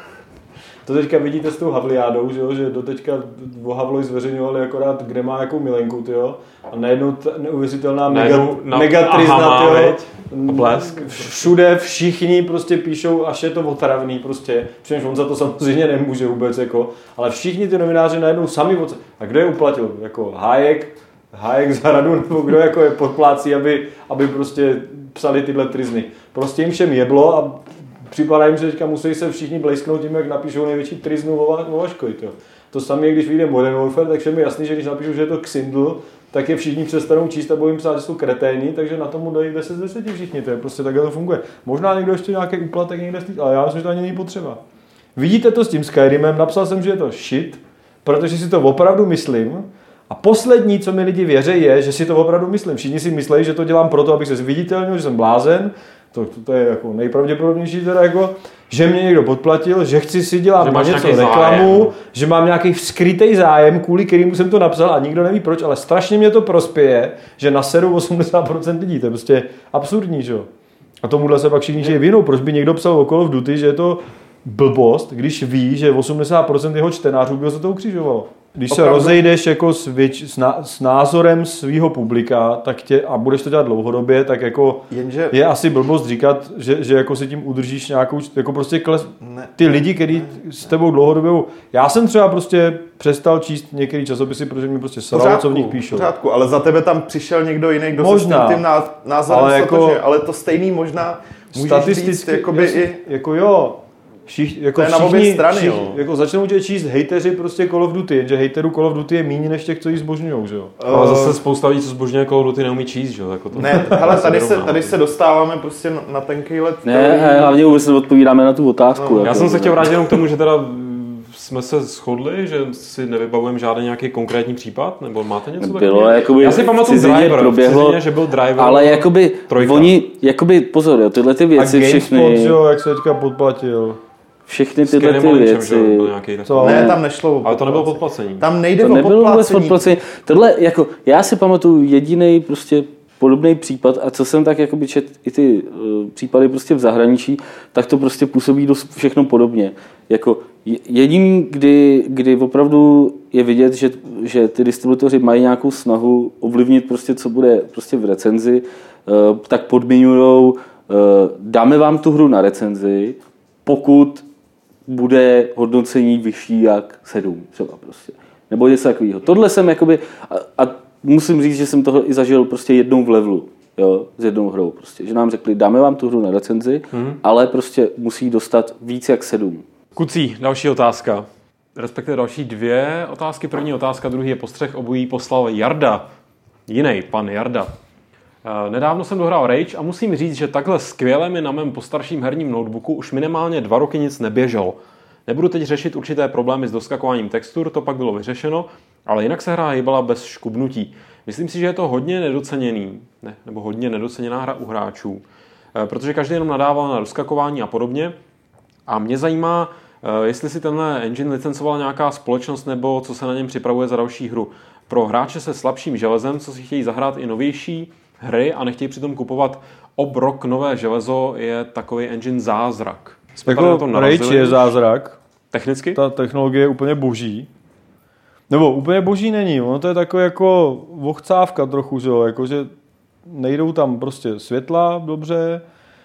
[SPEAKER 1] To teďka vidíte s tou Havliádou, že, jo? Že doteďka o Havloj zveřejňovali akorát, kde má jakou milenku, tyjo? A najednou ta neuvěřitelná mega, na, megatrizna, tyjo?
[SPEAKER 2] Blesk.
[SPEAKER 1] Všude všichni prostě píšou, až je to otravný prostě, protože on za to samozřejmě nemůže vůbec, jako, ale všichni ty novináři najednou sami od... A kdo je uplatil? Jako Hájek, Hájek za radu, nebo kdo jako je podplácí, aby, aby prostě psali tyhle trizny. Prostě jim všem jedlo a připadá jim, že teďka musí se všichni blesknout tím, jak napíšou největší triznu o Vaškovi. To, to samé, když vyjde Modern Warfare, tak všem je jasný, že když napíšou, že je to Xindl, tak je všichni přestanou číst a budou jim psát, že jsou kreténi, takže na tomu dají deset z deseti všichni. To je prostě takhle to funguje. Možná někdo ještě nějaký úplatek někde stýt, ale já myslím, že to ani není potřeba. Vidíte to s tím Skyrimem, napsal jsem, že je to shit, protože si to opravdu myslím. A poslední, co mi lidi věří, je, že si to opravdu myslím. Všichni si myslí, že to dělám proto, abych se zviditelnil, že jsem blázen. To, to, to je jako nejpravděpodobnější, teda jako, že mě někdo podplatil, že chci si dělat něco reklamu, zájem. Že mám nějaký skrytý zájem, kvůli kterému jsem to napsal a nikdo neví proč, ale strašně mě to prospěje, že naseru osmdesát procent lidí. To je prostě absurdní, že jo. A tomuhle se pak všichni žijí vinou. Proč by někdo psal o Call of Duty, že je to blbost, když ví, že osmdesát procent jeho čtenářů by ho za to ukřižovalo. Když se Opravdu? rozejdeš jako s, věč, s, ná, s názorem svého publika tak tě, a budeš to dělat dlouhodobě, tak jako Jenže... je asi blbost říkat, že, že jako si tím udržíš nějakou, jako prostě kles, ne, ty lidi, kteří s tebou dlouhodobě... Já jsem třeba prostě přestal číst některé časopisy, protože mi prostě sralo, co v nich píšou.
[SPEAKER 4] Pořádku, ale za tebe tam přišel někdo jiný, kdo možná, se s tím názorem ale, jako, stotožňuje, ale to stejný možná můžeš říct, jakoby i...
[SPEAKER 1] Jako jo, Všich, jako
[SPEAKER 4] to je na obě strany, všich,
[SPEAKER 1] jako začnou tě číst hejteři prostě Call of Duty, jenže hejterů Call of Duty je méně než těch, co jí zbožňujou, že jo?
[SPEAKER 2] Uh, ale zase spousta lidí, co zbožňuje Call of Duty, neumí číst, že jo? Jako to
[SPEAKER 4] ne, hele, tady se, tady se dostáváme prostě na tenkej let.
[SPEAKER 3] Ne, který... hlavně vůbec odpovídáme na tu otázku.
[SPEAKER 2] No,
[SPEAKER 3] jako,
[SPEAKER 2] já jsem se chtěl vrátit jenom k tomu, že teda jsme se shodli, že si nevybavujeme žádný nějaký konkrétní případ, nebo máte něco takového?
[SPEAKER 3] Já
[SPEAKER 2] si pamatuju Driver, proběhlo, cizině, že byl Driver.
[SPEAKER 3] Ale jakoby, trojka. Oni, jakoby, pozor, jo, tyhle ty věci
[SPEAKER 1] a
[SPEAKER 3] všechny...
[SPEAKER 1] A GameSpot, jo, jak se teďka podplatil.
[SPEAKER 3] Všechny tyhle ty věci.
[SPEAKER 4] Co? Ne, tam nešlo.
[SPEAKER 2] Ale to nebylo podplacení.
[SPEAKER 4] Tam nejde
[SPEAKER 3] to
[SPEAKER 4] o podplacení.
[SPEAKER 3] podplacení. Tohle, jako, já si pamatuju jediný prostě podobný případ a co jsem tak jakoby čet i ty uh, případy prostě v zahraničí, tak to prostě působí dost všechno podobně. Jako jediný, kdy, kdy opravdu je vidět, že, že ty distributoři mají nějakou snahu ovlivnit prostě, co bude prostě v recenzi, uh, tak podmiňujou, uh, dáme vám tu hru na recenzi, pokud bude hodnocení vyšší jak sedm třeba prostě. Nebo něco takového. Tohle jsem jakoby, a, a musím říct, že jsem toho i zažil prostě jednou v levelu, jo, s jednou hrou prostě. Že nám řekli, dáme vám tu hru na recenzi, hmm. ale prostě musí dostat víc jak sedm.
[SPEAKER 2] Kucí, další otázka. Respektive další dvě otázky. První otázka, druhý je postřeh, obojí poslal Jarda. Jiný, pan Jarda. Nedávno jsem dohrál Rage a musím říct, že takhle skvěle mi na mém postarším herním notebooku už minimálně dva roky nic neběžel. Nebudu teď řešit určité problémy s doskakováním textur, to pak bylo vyřešeno, ale jinak se hra hýbala bez škubnutí. Myslím si, že je to hodně nedoceněný, ne, nebo hodně nedoceněná hra u hráčů, protože každý jenom nadával na doskakování a podobně. A mě zajímá, jestli si tenhle engine licencovala nějaká společnost, nebo co se na něm připravuje za další hru. Pro hráče se slabším železem, co si chtějí zahrát i novější hry a nechtějí přitom kupovat obrok nové železo, je takový engine zázrak.
[SPEAKER 1] Jako Rage je zázrak.
[SPEAKER 2] Technicky?
[SPEAKER 1] Ta technologie je úplně boží. Nebo úplně boží není, ono to je takové jako vochcávka trochu, že jo, jakože nejdou tam prostě světla dobře.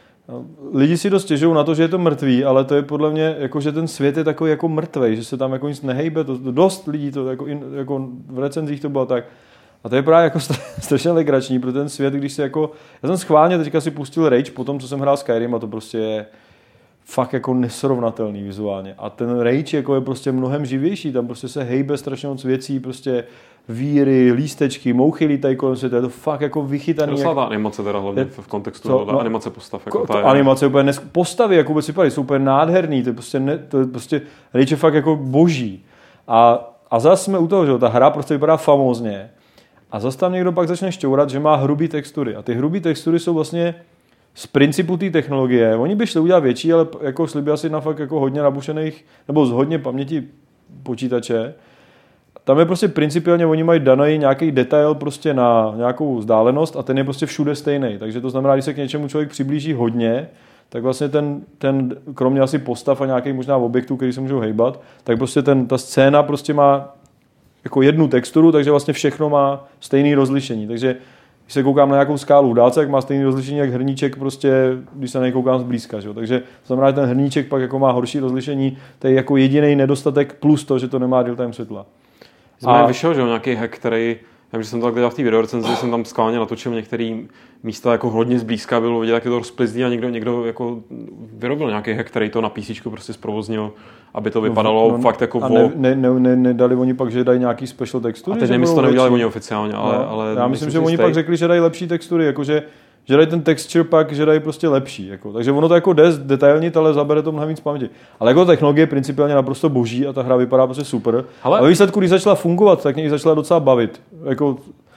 [SPEAKER 1] Lidi si dost stěžují na to, že je to mrtvý, ale to je podle mě, jako, že ten svět je takový jako mrtvej, že se tam jako nic nehejbe, to, dost lidí to jako, jako v recenzích to bylo tak. A to je právě jako strašně legrační pro ten svět, když se jako... Já jsem schválně teďka si pustil Rage po tom, co jsem hrál Skyrim a to prostě je fakt jako nesrovnatelný vizuálně. A ten Rage jako je prostě mnohem živější, tam prostě se hejbe strašně moc věcí, prostě víry, lístečky, mouchy lítají kolem světa, je to fakt jako vychytaný.
[SPEAKER 2] Dostala
[SPEAKER 1] jak...
[SPEAKER 2] ta animace teda hlavně v kontextu,
[SPEAKER 1] to, no,
[SPEAKER 2] animace postav. Jako
[SPEAKER 1] to,
[SPEAKER 2] ta je...
[SPEAKER 1] Animace úplně nes... postavy, jako vůbec vypadají, jsou úplně nádherný, to je prostě, ne... to je prostě Rage je fakt jako boží. A, a zase jsme u toho, že ta hra prostě vypadá famózně. A zase tam někdo pak začne šťourat, že má hrubý textury. A ty hrubý textury jsou vlastně z principu té technologie. Oni by šli udělat větší, ale jako slibí asi na fakt jako hodně nabušených, nebo z hodně paměti počítače. Tam je prostě principiálně, oni mají daný nějaký detail prostě na nějakou vzdálenost a ten je prostě všude stejný. Takže to znamená, když se k něčemu člověk přiblíží hodně, tak vlastně ten, ten kromě asi postav a nějakých možná objektů, který se můžou hejbat, tak prostě ten, ta scéna prostě má jako jednu texturu, takže vlastně všechno má stejné rozlišení. Takže když se koukám na nějakou skálu v dálce, tak má stejné rozlišení jak hrníček, prostě, když se na něj koukám zblízka. Že? Takže to znamená, že ten hrníček pak jako má horší rozlišení, to je jako jediný nedostatek plus to, že to nemá real-time světla.
[SPEAKER 2] A vyšel, že nějaký hack, který, já jsem to tak dělal v té videorecenzi, jsem tam skválně natočil některé místa jako hodně zblízka, bylo vidět, jak je to rozplizlý a někdo, někdo jako vyrobil nějaký hack, který to na PCčku prostě zprovoznil, aby to vypadalo no, no, fakt jako...
[SPEAKER 1] A ne, ne, ne, ne, nedali oni pak, že dají nějaký special textury?
[SPEAKER 2] A teď nevím, to neudělali oni oficiálně, ale... No,
[SPEAKER 1] ale já myslím, že oni stej... pak řekli, že dají lepší textury, jakože že dají ten texture pak, že dají prostě lepší. Jako. Takže ono to jako jde detailnit, ale zabere to mnohem víc paměti. Ale jako technologie je principiálně naprosto boží a ta hra vypadá prostě super. Ale... A ve výsledku, když začala fungovat, tak mě začala docela bavit. Jako...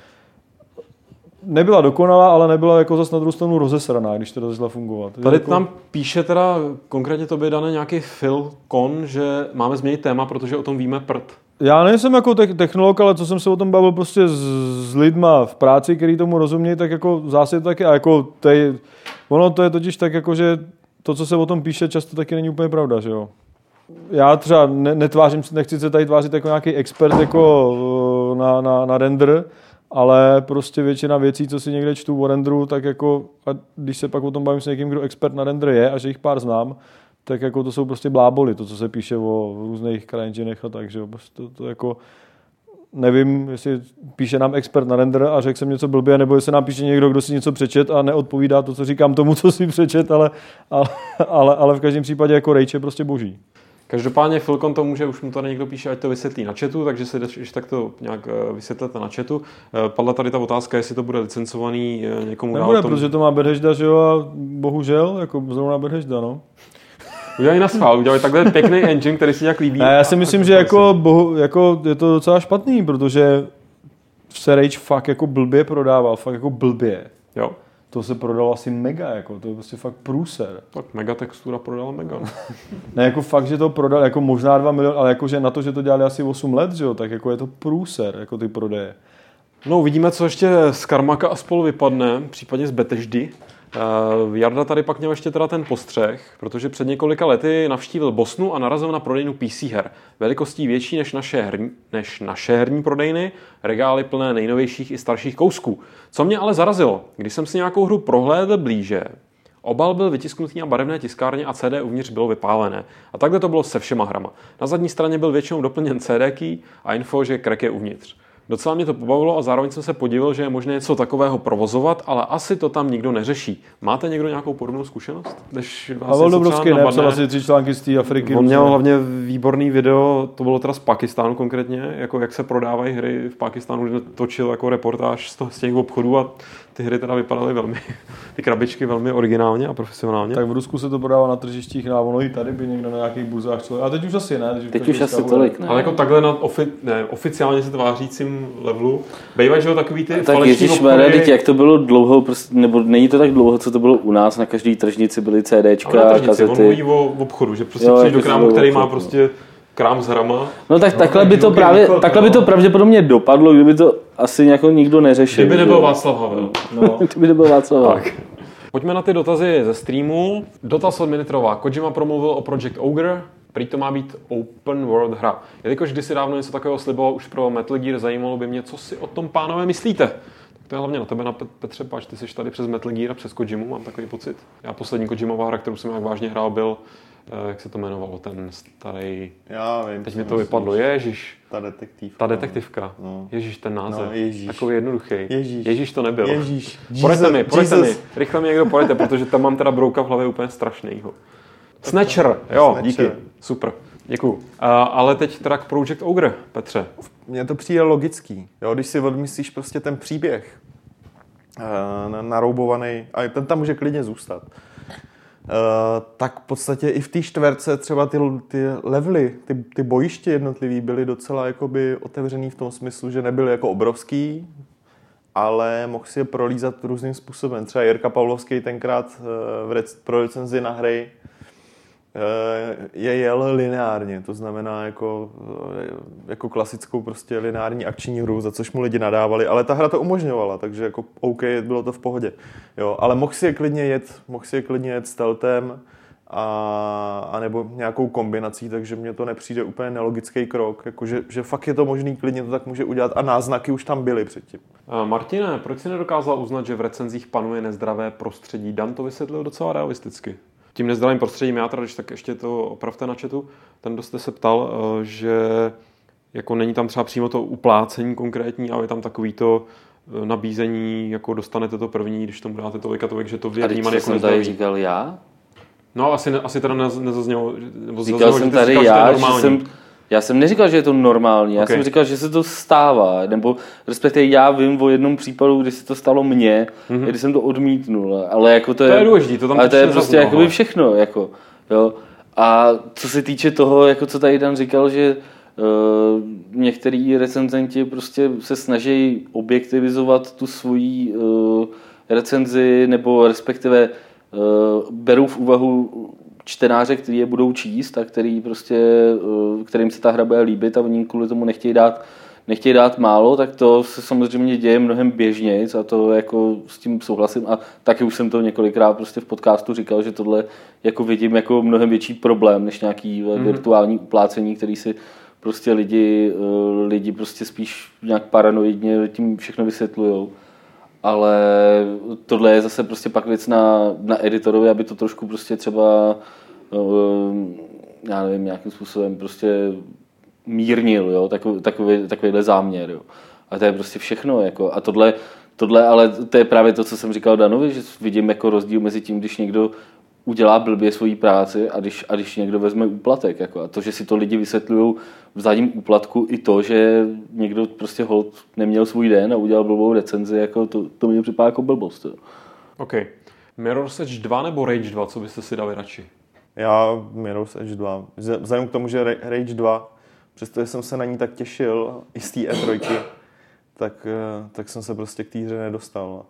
[SPEAKER 1] Nebyla dokonalá, ale nebyla jako zase na druhou stranu rozesraná, když to začala fungovat.
[SPEAKER 2] Tady
[SPEAKER 1] jako...
[SPEAKER 2] nám píše teda konkrétně tobě daný nějaký Phil Con, že máme změnit téma, protože o tom víme prd.
[SPEAKER 1] Já nejsem jako te- technolog, ale co jsem se o tom bavil prostě s, s lidma v práci, který tomu rozumějí, tak jako zase taky, a jako tej, ono to je totiž tak jako, že to, co se o tom píše, často taky není úplně pravda, že jo. Já třeba ne, netvářím, nechci se tady tvářit jako nějaký expert jako na, na, na render, ale prostě většina věcí, co si někde čtu o renderu, tak jako, a když se pak o tom bavím s někým, kdo expert na render je a že jich pár znám, tak jako to jsou prostě bláboli, to, co se píše o různých CryEnginech a tak, že jo, prostě to, to jako, nevím, jestli píše nám expert na render a řekl jsem něco blbě, nebo jestli nám píše někdo, kdo si něco přečet a neodpovídá to, co říkám tomu, co si přečet, ale, ale, ale, ale v každém případě jako Rage je prostě boží.
[SPEAKER 2] Každopádně Filkon to může, už mu tady někdo píše, ať to vysvětlí na chatu, takže se jdeš tak to nějak vysvětlete na chatu. Padla tady ta otázka, jestli to bude licencovaný někomu dál.
[SPEAKER 1] Nebude, tomu... protože to má Bethesda, že jo, a bohužel, jako zrovna Bethesda, no.
[SPEAKER 2] Udělali na schvál, udělali takhle pěkný engine, který si nějak líbí.
[SPEAKER 1] A já si myslím, že jako, bohu, jako je to docela špatný, protože se Rage fakt jako blbě prodával, fakt jako blbě.
[SPEAKER 2] Jo.
[SPEAKER 1] To se prodalo asi mega, jako, to je prostě fakt průser.
[SPEAKER 2] Tak mega textura prodala mega.
[SPEAKER 1] Ne, jako fakt, že to prodal, jako možná dva miliony, ale jakože na to, že to dělali asi osm let, že jo, tak jako je to průser, jako ty prodeje.
[SPEAKER 2] No, uvidíme, co ještě z Carmacka a spolu vypadne, případně z Bethesdy. Uh, Jarda tady pak měl ještě teda ten postřeh, protože před několika lety navštívil Bosnu a narazil na prodejnu P C her. Velikostí větší než naše, herní, než naše herní prodejny, regály plné nejnovějších i starších kousků. Co mě ale zarazilo, když jsem si nějakou hru prohlédl blíže, obal byl vytisknutý na barevné tiskárně a C D uvnitř bylo vypálené. A takhle to bylo se všema hrama. Na zadní straně byl většinou doplněn C D key a info, že crack je uvnitř. Docela mě to pobavilo a zároveň jsem se podivil, že je možné něco takového provozovat, ale asi to tam nikdo neřeší. Máte někdo nějakou podobnou zkušenost?
[SPEAKER 1] Pavel Dobrovský nepsal asi tři články z té Afriky.
[SPEAKER 2] On měl hlavně výborný video, to bylo teda z Pakistánu konkrétně, jako jak se prodávají hry v Pakistánu, kde točil jako reportáž z, toho, z těch obchodů a ty hry teda vypadaly velmi, ty krabičky velmi originálně a profesionálně.
[SPEAKER 1] Tak v Rusku se to prodává na tržištích, na ono i tady by někdo na nějakých burzách člověk. A teď už asi ne.
[SPEAKER 3] Teď už asi tolik ne.
[SPEAKER 2] Ale jako takhle na ofi, ne, oficiálně se tvářícím levelu. Bejvají, že jo, takový ty
[SPEAKER 3] tak ježišmarja, teď jak to bylo dlouho, prostě, nebo není to tak dlouho, co to bylo u nás, na každý tržnici byly CDčka,
[SPEAKER 2] ale
[SPEAKER 3] kazety.
[SPEAKER 2] On mluví o obchodu, že prostě přijdeš do krámu, který má prostě krám s hrama.
[SPEAKER 3] No tak no, takhle, by to právě, východ, takhle no. by to pravděpodobně dopadlo, kdyby to asi jako nikdo neřešil.
[SPEAKER 2] Kdyby nebyl Václav Havel.
[SPEAKER 3] No. Kdyby nebyl Václav Havel.
[SPEAKER 2] Tak. Pojďme na ty dotazy ze streamu. Dotaz od Minitrová. Kojima promluvil o Project Ogre. Prý to má být open world hra. Jelikož kdysi dávno něco takového sliboval už pro Metal Gear, zajímalo by mě, co si o tom, pánové, myslíte. Tak to je hlavně na tebe, na Petře, páč, ty jsi tady přes Metal Gear a přes Kojimu, mám takový pocit. Já poslední Kojimová hra, kterou jsem jak vážně hrál, byl, jak se to jmenovalo, ten starý...
[SPEAKER 4] Já vím.
[SPEAKER 2] Teď mi to vypadlo, ježiš.
[SPEAKER 4] Ta detektivka.
[SPEAKER 2] Ta detektivka.
[SPEAKER 4] No.
[SPEAKER 2] Ježiš, ten název.
[SPEAKER 4] No, ježiš.
[SPEAKER 2] Takový jednoduchý.
[SPEAKER 4] Ježiš.
[SPEAKER 2] Ježiš to nebyl.
[SPEAKER 4] Ježiš.
[SPEAKER 2] Poraďte mi, poraďte mi. Rychle mi někdo poraďte, protože tam mám teda brouka v hlavě úplně strašnýho. Snatcher, jo, Snatcher. Díky, super, děkuju. Uh, ale teď teda k Project Ogre, Petře.
[SPEAKER 4] Mně to přijde logický, jo, když si odmyslíš prostě ten příběh uh, naroubovaný, a ten tam může klidně zůstat. Uh, tak v podstatě i v té čtverce třeba ty, ty levely, ty, ty bojiště jednotlivý byly docela jakoby otevřený v tom smyslu, že nebyly jako obrovský, ale mohl si je prolízat různým způsobem. Třeba Jirka Pavlovský tenkrát uh, v rec, pro recenzi na hry uh, je jel lineárně, to znamená jako, uh, jako klasickou prostě lineární akční hru, za což mu lidi nadávali, ale ta hra to umožňovala, takže jako OK, bylo to v pohodě. Jo, ale mohl si je klidně jet, mohl si je klidně jet stealthem a, a nebo nějakou kombinací, takže mně to nepřijde úplně nelogický krok, jako že, že fakt je to možný, klidně to tak může udělat a náznaky už tam byly předtím.
[SPEAKER 2] Martine, proč si nedokázal uznat, že v recenzích panuje nezdravé prostředí? Dan to vysvětlil docela realisticky. Tím nezdravým prostředím, já teda, když tak ještě to opravte na chatu, ten, kdo jste se ptal, že jako není tam třeba přímo to uplácení konkrétní, ale je tam takový to nabízení, jako dostanete to první, když tomu dáte tolik a tolik, že to je vnímané jako nezdravý.
[SPEAKER 3] A teď říkal já?
[SPEAKER 2] No, asi, asi teda nezaznělo.
[SPEAKER 3] Říkal zaznělo, jsem tady říkal, já, že, že jsem, já jsem neříkal, že je to normální, já okay. jsem říkal, že se to stává, nebo respektive já vím o jednom případu, kdy se to stalo mně, mm-hmm. kdy jsem to odmítnul, ale jako to je,
[SPEAKER 2] to je důležitý, to tam
[SPEAKER 3] ale to je prostě jakoby všechno, jako, jo. A co se týče toho, jako co tady Dan říkal, že uh, některý recenzenti prostě se snaží objektivizovat tu svoji uh, recenzi, nebo respektive uh, berou v úvahu čtenáře, který je budou číst a který prostě, uh, kterým se ta hra bude líbit a oni kvůli tomu nechtějí dát, nechtějí dát málo, tak to se samozřejmě děje mnohem běžněji a to jako s tím souhlasím a taky už jsem to několikrát prostě v podcastu říkal, že tohle jako vidím jako mnohem větší problém než nějaký mm-hmm. virtuální uplácení, který si prostě lidi, uh, lidi prostě spíš nějak paranoidně tím všechno vysvětlujou. Ale tohle je zase prostě pak věc na, na editorovi, aby to trošku prostě třeba, já nevím, nějakým způsobem prostě mírnil, jo, takový, takový, takovýhle záměr, jo. A to je prostě všechno, jako, a tohle, tohle, ale to je právě to, co jsem říkal Danovi, že vidím jako rozdíl mezi tím, když někdo udělá blbě svoji práci a když, a když někdo vezme úplatek. Jako. A to, že si to lidi vysvětlují v zadním úplatku, i to, že někdo prostě hold neměl svůj den a udělal blbou recenzi, jako to, to mě připadá jako blbost. Jo.
[SPEAKER 2] OK. Mirror's Edge dva nebo Rage dva, co byste si dali radši?
[SPEAKER 4] Já Mirror's Edge dva. Vzhledem k tomu, že Rage dva, přestože jsem se na ní tak těšil, i z té E tři, tak, tak jsem se prostě k té hře nedostal.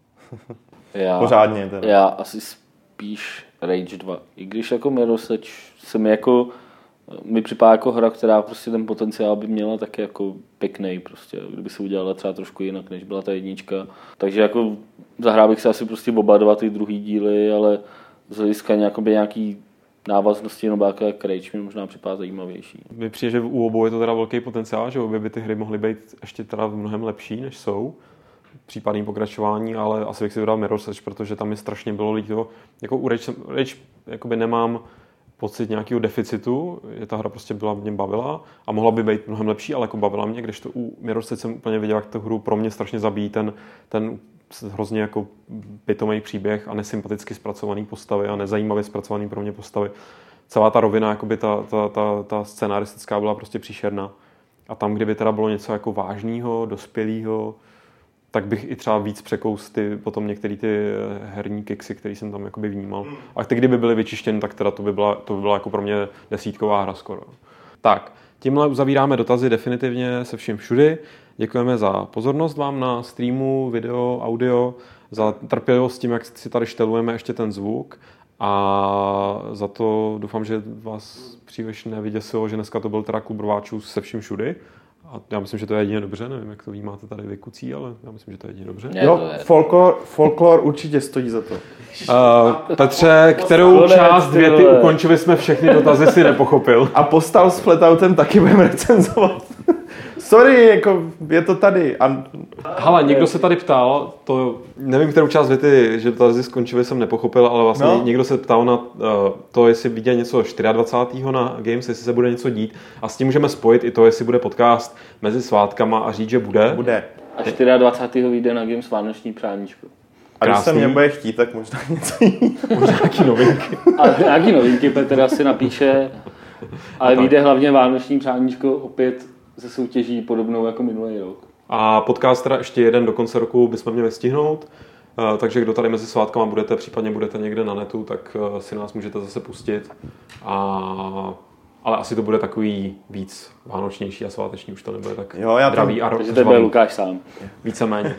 [SPEAKER 3] Já,
[SPEAKER 4] Pořádně teda.
[SPEAKER 3] Já asi spíš Rage dva. I když jako Mirror's Edge se mi jako mi připadá jako hra, která prostě ten potenciál by měla taky jako pěknej prostě, kdyby se udělala třeba trošku jinak, než byla ta jednička. Takže jako zahrál bych se asi prostě oba dva ty druhý díly, ale z hlediska nějaký návaznosti nobáka jak Rage mi možná připadá zajímavější.
[SPEAKER 2] Mně přijde, že u obou je to teda velký potenciál, že obě by ty hry mohly být ještě teda mnohem lepší, než jsou. Případný pokračování, ale asi bych si vydal Mirror's Edge, protože tam mi strašně bylo líto. Jako u Rage, Rage jakoby nemám pocit nějakého deficitu, je ta hra prostě byla, mě bavila a mohla by být mnohem lepší, ale jako bavila mě, když to u Mirror's Edge jsem úplně viděl, jak tu hru pro mě strašně zabíjí ten, ten hrozně jako pitomý příběh a nesympaticky zpracovaný postavy a nezajímavě zpracovaný pro mě postavy. Celá ta rovina, jakoby ta, ta, ta, ta scenaristická byla prostě příšerná. A tam, kdyby teda bylo něco jako vážného, dospělého, tak bych i třeba víc překous ty, potom některé ty herní kiksy, které jsem tam jakoby vnímal. A ty kdyby byly vyčištěny, tak teda to by byla, to by byla jako pro mě desítková hra skoro. Tak, tímhle uzavíráme dotazy definitivně se vším všudy. Děkujeme za pozornost vám na streamu, video, audio, za trpělivost s tím, jak si tady štelujeme ještě ten zvuk a za to doufám, že vás příliš nevyděsilo, že dneska to byl teda klub rváčů se vším všudy. A já myslím, že to je jedině dobře, nevím, jak to ví, máte tady vy kucí, ale já myslím, že to je jedině dobře.
[SPEAKER 4] Jo, folklor, folklor určitě stojí za to.
[SPEAKER 2] Uh, Petře, kterou část věty ukončili jsme všechny dotazy, si nepochopil.
[SPEAKER 4] A Postal s Flatoutem taky budeme recenzovat. Sorry, jako je to tady. A...
[SPEAKER 2] Hele, někdo se tady ptal, to nevím, kterou část věty, že dotazy skončily, jsem nepochopil, ale vlastně no. Někdo se ptal na uh, to, jestli viděl něco dvacátého čtvrtého na Games, jestli se bude něco dít a s tím můžeme spojit i to, jestli bude podcast mezi svátkama a říct, že bude.
[SPEAKER 4] Bude.
[SPEAKER 3] A dvacátého čtvrtého vyjde na Games vánoční přáníčko.
[SPEAKER 4] A když se mě bude chtít, tak možná něco jiného.
[SPEAKER 2] Možná nějaký novinky.
[SPEAKER 3] A nějaký novinky Petr asi napíše, ale vyjde hlavně vánoční přáníčko opět ze soutěží podobnou jako minulý rok.
[SPEAKER 2] A podcast teda ještě jeden do konce roku bychom měli stihnout, takže kdo tady mezi svátkama budete, případně budete někde na netu, tak si nás můžete zase pustit. A... Ale asi to bude takový víc vánočnější a sváteční, už to nebude tak
[SPEAKER 4] jo, já
[SPEAKER 2] dravý
[SPEAKER 4] tam,
[SPEAKER 2] a
[SPEAKER 3] takže to bude Lukáš sám.
[SPEAKER 2] Víceméně.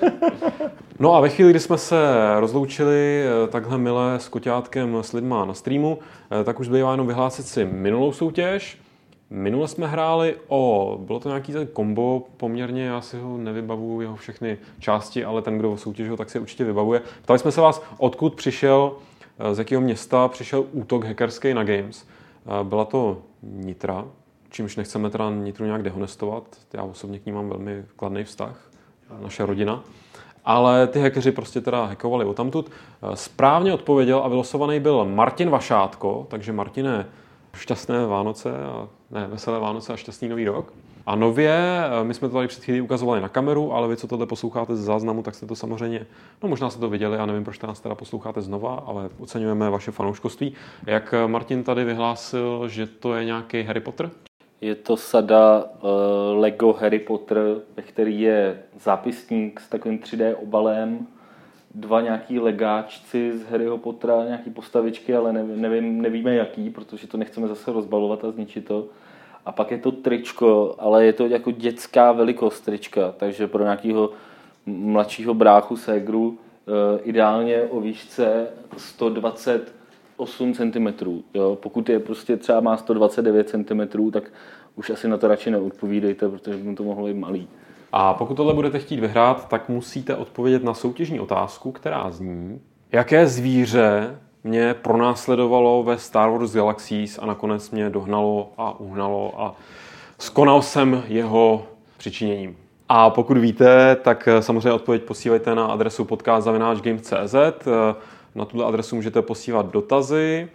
[SPEAKER 2] No a ve chvíli, kdy jsme se rozloučili takhle milé s koťátkem s lidma na streamu, tak už zbývá jenom vyhlásit si minulou soutěž. Minule jsme hráli o, bylo to nějaký kombo poměrně, já si ho nevybavuju, jeho všechny části, ale ten, kdo soutěžil, tak si určitě vybavuje. Ptali jsme se vás, odkud přišel, z jakého města přišel útok hackerský na Games. Byla to Nitra, čímž nechceme teda Nitru nějak dehonestovat. Já osobně k ní mám velmi kladný vztah, naše rodina. Ale ty hackeři prostě teda hackovali odtamtud. Správně odpověděl a vylosovaný byl Martin Vašátko, takže Martine, šťastné Vánoce, a, ne, veselé Vánoce a šťastný nový rok. A nově, my jsme to tady před chvílí ukazovali na kameru, ale vy, co tohle posloucháte z záznamu, tak jste to samozřejmě, no možná jste to viděli, a nevím, proč nás teda posloucháte znova, ale oceňujeme vaše fanouškovství. Jak Martin tady vyhlásil, že to je nějaký Harry Potter?
[SPEAKER 3] Je to sada uh, Lego Harry Potter, ve který je zápisník s takovým tři dé obalem, dva nějaký legáčci z Harryho Pottera, nějaký postavičky, ale nevím, nevím, nevíme jaký, protože to nechceme zase rozbalovat a zničit to. A pak je to tričko, ale je to jako dětská velikost trička, takže pro nějakého mladšího bráchu, ségru, e, ideálně o výšce sto dvacet osm centimetrů. Jo? Pokud je prostě třeba má sto dvacet devět centimetrů, tak už asi na to radši neodpovídejte, protože by to mohlo být malý.
[SPEAKER 2] A pokud tohle budete chtít vyhrát, tak musíte odpovědět na soutěžní otázku, která zní: jaké zvíře mě pronásledovalo ve Star Wars Galaxies a nakonec mě dohnalo a uhnalo a skonal jsem jeho přičiněním. A pokud víte, tak samozřejmě odpověď posílejte na adresu podcast zavináč games tečka cé zet. Na tuto adresu můžete posílat dotazy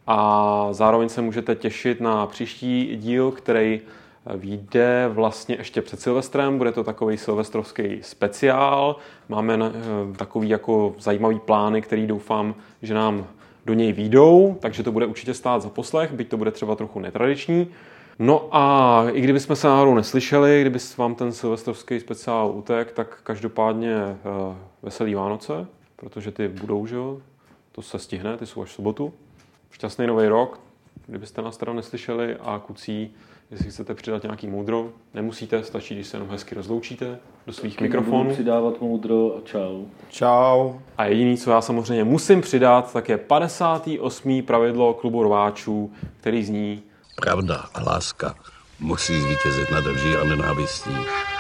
[SPEAKER 2] a zároveň se můžete těšit na příští díl, který vyjde vlastně ještě před Silvestrem. Bude to takový silvestrovský speciál. Máme takový jako zajímavý plány, který doufám, že nám do něj výjdou, takže to bude určitě stát za poslech, byť to bude třeba trochu netradiční. No a i kdybychom se náhodou neslyšeli, kdyby vám ten silvestrovský speciál utek, tak každopádně uh, veselý Vánoce, protože ty budou, že jo, to se stihne, ty jsou až v sobotu. Šťastný nový rok, kdybyste nás teda neslyšeli, a kucí, jestli chcete přidat nějaký moudro, nemusíte, stačí, když se jenom hezky rozloučíte do svých Taky mikrofonů.
[SPEAKER 3] Budu přidávat moudro a čau.
[SPEAKER 4] Čau.
[SPEAKER 2] A jediný, co já samozřejmě musím přidat, tak je padesátý osmý pravidlo klubu rváčů, který zní:
[SPEAKER 5] pravda a láska musí zvítězit nad lží a nenávistí.